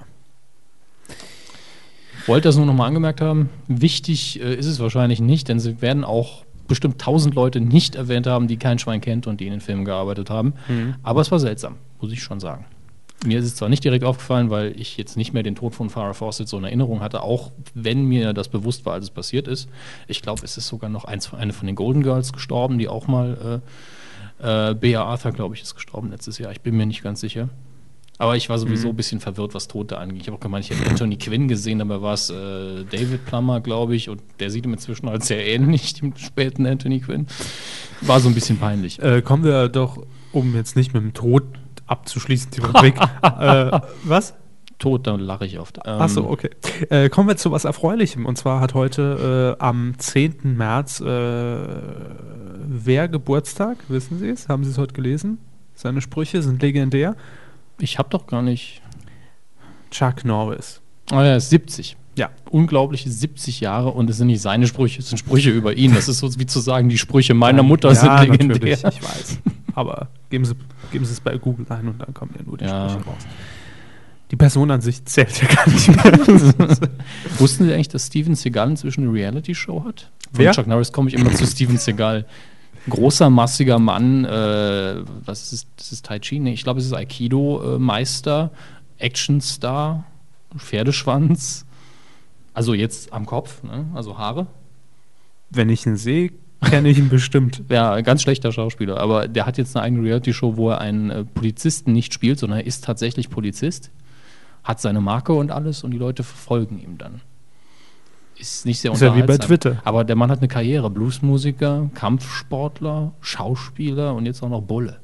Wollte das nur noch mal angemerkt haben. Wichtig äh, ist es wahrscheinlich nicht, denn sie werden auch bestimmt tausend Leute nicht erwähnt haben, die kein Schwein kennt und die in den Filmen gearbeitet haben. Mhm. Aber es war seltsam, muss ich schon sagen. Mir ist es zwar nicht direkt aufgefallen, weil ich jetzt nicht mehr den Tod von Farrah Fawcett so in Erinnerung hatte, auch wenn mir das bewusst war, als es passiert ist. Ich glaube, es ist sogar noch eins, eine von den Golden Girls gestorben, die auch mal äh, äh, Bea Arthur, glaube ich, ist gestorben letztes Jahr. Ich bin mir nicht ganz sicher. Aber ich war sowieso ein bisschen verwirrt, was Tote angeht. Ich habe auch gemeint, ich hätte Anthony Quinn gesehen, dabei war es äh, David Plummer, glaube ich, und der sieht ihm inzwischen halt sehr ähnlich, dem späten Anthony Quinn. War so ein bisschen peinlich. Äh, kommen wir doch, um jetzt nicht mit dem Tod abzuschließen, die Rubrik. äh, was? Tot, da lache ich oft. Ähm, Achso, okay. Äh, kommen wir zu was Erfreulichem. Und zwar hat heute äh, am zehnten März äh, wer Geburtstag? Wissen Sie es? Haben Sie es heute gelesen? Seine Sprüche sind legendär. Ich habe doch gar nicht. Chuck Norris. Oh ja, er ist siebzig. Ja. Unglaubliche siebzig Jahre und es sind nicht seine Sprüche, es sind Sprüche über ihn. Das ist so wie zu sagen, die Sprüche meiner Mutter sind legendär. Natürlich, ich weiß. Aber geben Sie, geben Sie es bei Google ein und dann kommen ja nur die Ja. Sprüche raus. Die Person an sich zählt ja gar nicht mehr. Wussten Sie eigentlich, dass Steven Seagal inzwischen eine Reality-Show hat? Von Wer? Chuck Norris komme ich immer zu Steven Seagal. Großer, massiger Mann, äh, was ist das? Ist Tai Chi? Nee, ich glaube, es ist Aikido-Meister, Actionstar, Pferdeschwanz. Also jetzt am Kopf, ne? Also Haare. Wenn ich ihn sehe, kenne ich ihn bestimmt. Ja, ganz schlechter Schauspieler, aber der hat jetzt eine eigene Reality-Show, wo er einen äh, Polizisten nicht spielt, sondern er ist tatsächlich Polizist, hat seine Marke und alles und die Leute verfolgen ihn dann. Ist nicht sehr Ist ja wie unterhaltsam. bei Twitter. Aber der Mann hat eine Karriere, Bluesmusiker, Kampfsportler, Schauspieler und jetzt auch noch Bulle.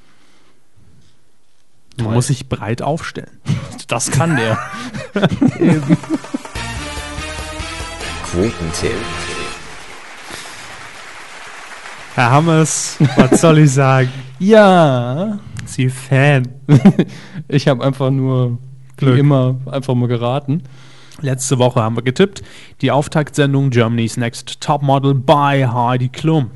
Man Toll. muss sich breit aufstellen. Das kann der. Quotentipp. Herr Hammers, was soll ich sagen? Ja, Sie Fan. ich habe einfach nur, Glück. wie immer, einfach mal geraten. Letzte Woche haben wir getippt. Die Auftaktsendung Germany's Next Topmodel bei Heidi Klum.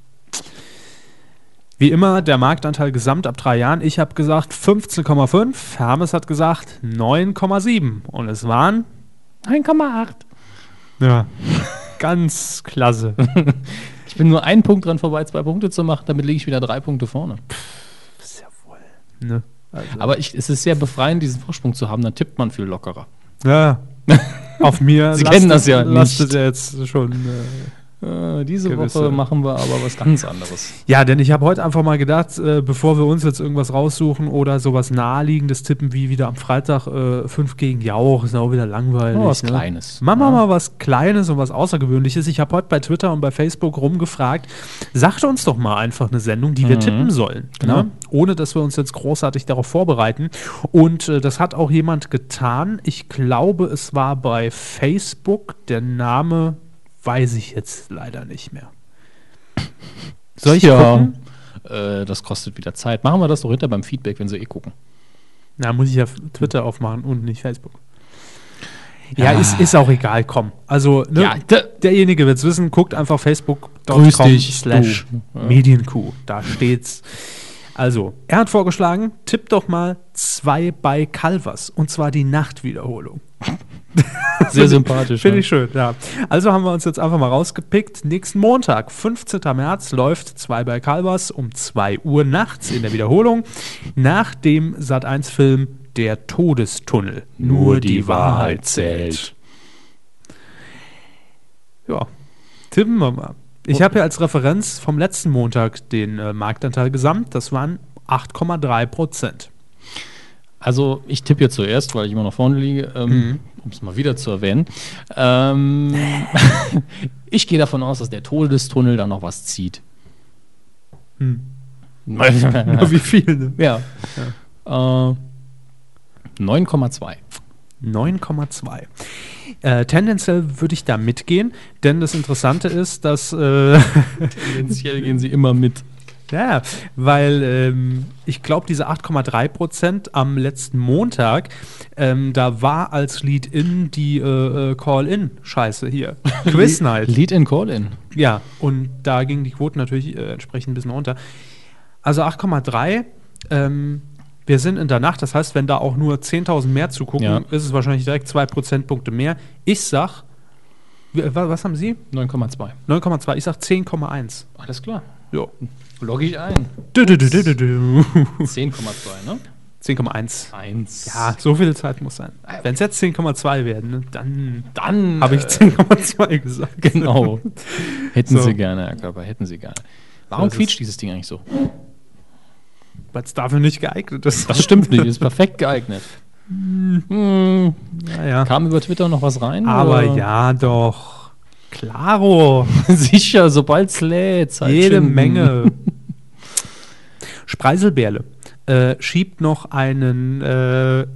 Wie immer, der Marktanteil gesamt ab drei Jahren. Ich habe gesagt fünfzehn Komma fünf. Hermes hat gesagt neun Komma sieben. Und es waren eins Komma acht. ja, ganz klasse. Ich bin nur einen Punkt dran vorbei, zwei Punkte zu machen, damit liege ich wieder drei Punkte vorne. Ist ja wohl. Ne? Also, Aber ich, es ist sehr befreiend, diesen Vorsprung zu haben, dann tippt man viel lockerer. ja, auf mir Sie lastet- kennen das ja lastet nicht. er jetzt schon. Äh, Äh, diese Gewisse- Woche machen wir aber was ganz anderes. Ja, denn ich habe heute einfach mal gedacht, äh, bevor wir uns jetzt irgendwas raussuchen oder sowas Naheliegendes tippen, wie wieder am Freitag äh, fünf gegen Jauch, ist auch wieder langweilig. Oh, was ne? Kleines. Machen wir Ja. mal was Kleines und was Außergewöhnliches. Ich habe heute bei Twitter und bei Facebook rumgefragt, sagt uns doch mal einfach eine Sendung, die wir Mhm. tippen sollen. Genau. Ne? Ohne, dass wir uns jetzt großartig darauf vorbereiten. Und äh, das hat auch jemand getan. Ich glaube, es war bei Facebook. Der Name weiß ich jetzt leider nicht mehr. Soll ich Ja. gucken? Äh, das kostet wieder Zeit. Machen wir das doch hinter beim Feedback, wenn sie eh gucken. Na, muss ich ja Twitter aufmachen und nicht Facebook. Ja, Ja. Ist, ist auch egal, komm. Also, ne, Ja, d- derjenige wird es wissen, guckt einfach Grüß facebook.com dich, slash du. Ja. Medienkuh. Da steht's. Also, er hat vorgeschlagen, tipp doch mal zwei bei Calvas. Und zwar die Nachtwiederholung. Sehr sympathisch. Finde ne? ich schön, ja. Also haben wir uns jetzt einfach mal rausgepickt. Nächsten Montag, fünfzehnten März, läuft zwei bei Calvas um zwei Uhr nachts in der Wiederholung nach dem Sat eins Film Der Todestunnel. Nur die Wahrheit zählt. Ja, tippen wir mal. Ich habe ja als Referenz vom letzten Montag den äh, Marktanteil gesamt. Das waren acht Komma drei Prozent. Also ich tippe jetzt zuerst, weil ich immer noch vorne liege, ähm, Mhm. um es mal wieder zu erwähnen. Ähm, ich gehe davon aus, dass der Todestunnel da noch was zieht. Hm. Nur wie viel, ne? ja. Äh, neun Komma zwei. neun Komma zwei. Äh, tendenziell würde ich da mitgehen, denn das Interessante ist, dass äh, Tendenziell gehen sie immer mit. ja, weil ähm, ich glaube, diese acht Komma drei Prozent am letzten Montag, ähm, da war als Lead-In die äh, äh, Call-In-Scheiße hier. Quiz Night. Lead in Call-In. Ja, und da gingen die Quoten natürlich äh, entsprechend ein bisschen runter. Also acht Komma drei, ähm, wir sind in der Nacht, das heißt, wenn da auch nur zehntausend mehr zugucken, Ja. ist es wahrscheinlich direkt zwei Prozentpunkte mehr. Ich sag, wie- wa- was haben Sie? neun Komma zwei. neun Komma zwei, ich sag zehn Komma eins. Alles klar. Jo. Logge ich ein. Du, du, du, du, du, du. zehn Komma zwei, ne? zehn Komma eins. eins. Ja, so viel Zeit muss sein. Wenn es jetzt zehn Komma zwei werden, ne, dann Dann habe ich äh, zehn Komma zwei gesagt. Genau. Hätten So. Sie gerne, Herr Körper, hätten Sie gerne. Warum Das ist- quietscht dieses Ding eigentlich so? Weil es dafür nicht geeignet ist. Das stimmt nicht, ist perfekt geeignet. Hm, Naja. kam über Twitter noch was rein? Aber oder? ja, doch. Klaro. Sicher, sobald es lädt. Zeit Jede schinden. Menge. Spreiselbärle äh, schiebt noch einen, äh,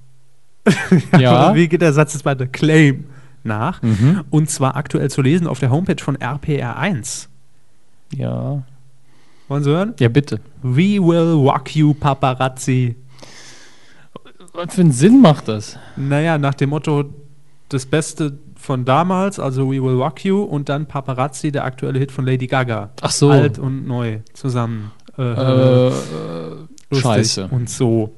Ja. wie geht der Satz jetzt weiter? Claim nach. Mhm. Und zwar aktuell zu lesen auf der Homepage von R P R eins. Ja. Wollen Sie hören? Ja, bitte. We will rock you, Paparazzi. Was für einen Sinn macht das? Naja, nach dem Motto, das Beste von damals, also We Will Rock You, und dann Paparazzi, der aktuelle Hit von Lady Gaga. Ach so. Alt und neu zusammen. Äh, Äh, äh, lustig scheiße. Und so.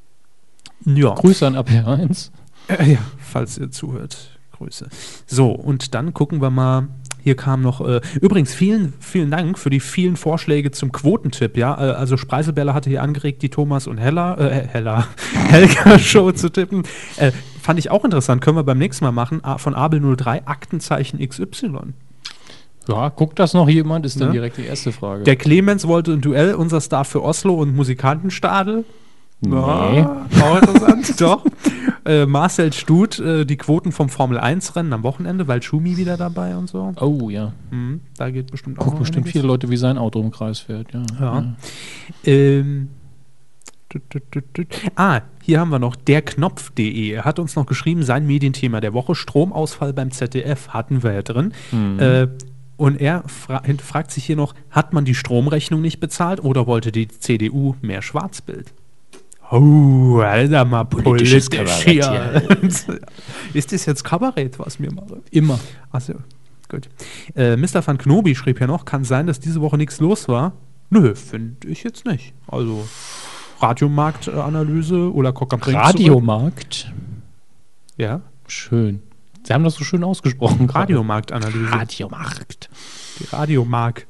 Ja. Grüße an A P eins. Äh, ja, falls ihr zuhört. Grüße. So, und dann gucken wir mal. Hier kam noch, äh, übrigens vielen, vielen Dank für die vielen Vorschläge zum Quotentipp, ja, äh, also Spreiselbälle hatte hier angeregt, die Thomas und Hella, äh, Hella, Helga-Show zu tippen, äh, fand ich auch interessant, können wir beim nächsten Mal machen, A- von Abel null drei, Aktenzeichen X Y. Ja, guckt das noch jemand? Ist dann Ne? direkt die erste Frage. Der Clemens wollte ein Duell, unser Star für Oslo und Musikantenstadel. Nee. Ja, auch interessant, doch. Äh, Marcel Stut, äh, die Quoten vom Formel eins Rennen am Wochenende, weil Schumi wieder dabei und so. Oh ja. Mhm, da geht bestimmt auch Gucken noch bestimmt einiges. viele Leute, wie sein Auto im Kreis fährt. Ja. Ja. Ähm, tut, tut, tut, tut. Ah, hier haben wir noch der Knopf punkt de. Er hat uns noch geschrieben, sein Medienthema der Woche, Stromausfall beim Z D F, hatten wir ja drin. Mhm. Äh, und er fra fragt sich hier noch, hat man die Stromrechnung nicht bezahlt oder wollte die C D U mehr Schwarzbild? Oh, Alter, mal Politisches politisch Kabarett, hier. Ist das jetzt Kabarett, was wir machen? Immer. Achso, gut. Äh, Mister Van Knobi schrieb ja noch, kann sein, dass diese Woche nichts los war? Nö, finde ich jetzt nicht. Also, Radiomarktanalyse oder Cock am Ring zurück. Radiomarkt. Ja, Schön. Sie haben das so schön ausgesprochen. gerade. Radiomarktanalyse. Radiomarkt. Die Radiomark.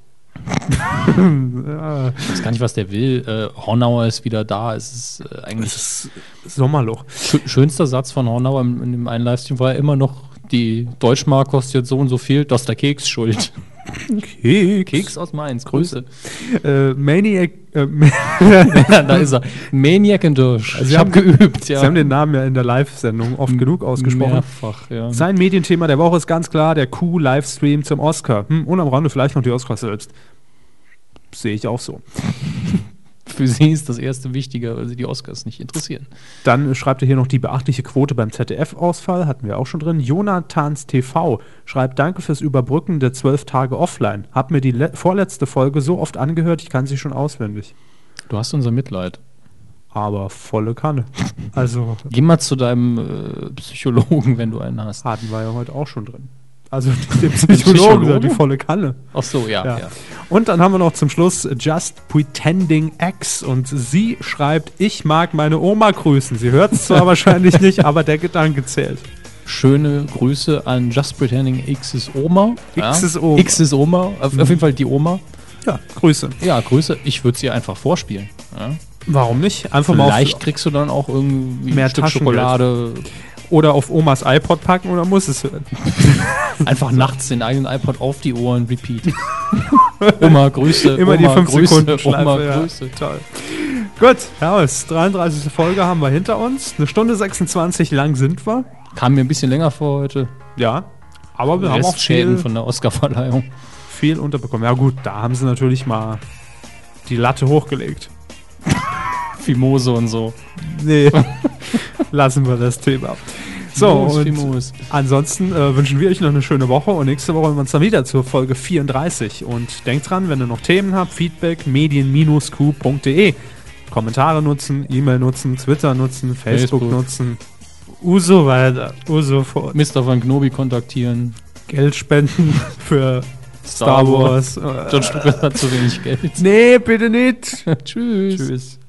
Ja, Ich weiß gar nicht, was der will. Äh, Hornauer ist wieder da. Es ist äh, eigentlich das ist Sommerloch. schö schönster Satz von Hornauer in, in dem einen Livestream war ja immer noch, die Deutschmark kostet jetzt so und so viel, das ist der Keks schuld. Keks. Keks aus Mainz, Grüße. Äh, Maniac. Äh, Da ist er. Maniac in Durch. Also ich Sie habe haben- geübt, ja. Sie haben den Namen ja in der Live-Sendung oft genug ausgesprochen. Mehrfach, ja. Sein Medienthema der Woche ist ganz klar der Q-Livestream zum Oscar. Hm, und am Rande vielleicht noch die Oscars selbst. Sehe ich auch so. Für sie ist das erste wichtiger, weil sie die Oscars nicht interessieren. Dann schreibt er hier noch die beachtliche Quote beim Z D F-Ausfall, hatten wir auch schon drin. Jonathans T V schreibt, danke fürs Überbrücken der zwölf Tage offline. Hab mir die le- vorletzte Folge so oft angehört, ich kann sie schon auswendig. Du hast unser Mitleid. Aber volle Kanne. Also Geh mal zu deinem äh, Psychologen, wenn du einen hast. hatten wir ja heute auch schon drin. Also der Psychologe, Psychologe? die volle Kanne. Ach so, ja, Ja. ja. Und dann haben wir noch zum Schluss Just Pretending X und sie schreibt, ich mag meine Oma grüßen. Sie hört es zwar wahrscheinlich nicht, aber der Gedanke zählt. Schöne Grüße an Just Pretending X ist Oma. X ja. ist Oma. X ist Oma. Auf, auf jeden Fall die Oma. Ja, Grüße. Ja, Grüße. Ich würde sie einfach vorspielen. Ja. Warum nicht? Einfach mal Vielleicht auf, kriegst du dann auch irgendwie Mehr ein Stück Taschengeld. Schokolade. oder auf Omas iPod packen oder muss es hören. Einfach nachts den eigenen iPod auf die Ohren, repeat. Oma, Grüße. Immer Oma, die fünf Grüße, Sekunden Oma, Schleife. Ja. Grüße. Toll. Gut, Hermes, dreiunddreißigste Folge haben wir hinter uns. Eine Stunde sechsundzwanzig lang sind wir. Kam mir ein bisschen länger vor heute. Ja, aber wir haben auch Restschäden viel, von der Oscarverleihung. viel unterbekommen. Ja gut, da haben sie natürlich mal die Latte hochgelegt. Fimose und so. Nee, lassen wir das Thema. So, Fimos, und Fimos. ansonsten äh, wünschen wir euch noch eine schöne Woche und nächste Woche hören wir uns dann wieder zur Folge vierunddreißig. Und denkt dran, wenn ihr noch Themen habt, Feedback, medien Bindestrich q punkt de. Kommentare nutzen, E-Mail nutzen, Twitter nutzen, Facebook, Facebook. nutzen, uso weiter, uso fort. Mister Van Knobi kontaktieren. Geld spenden für Star Wars. John Stucker hat zu wenig Geld. Nee, bitte nicht. Tschüss. Tschüss.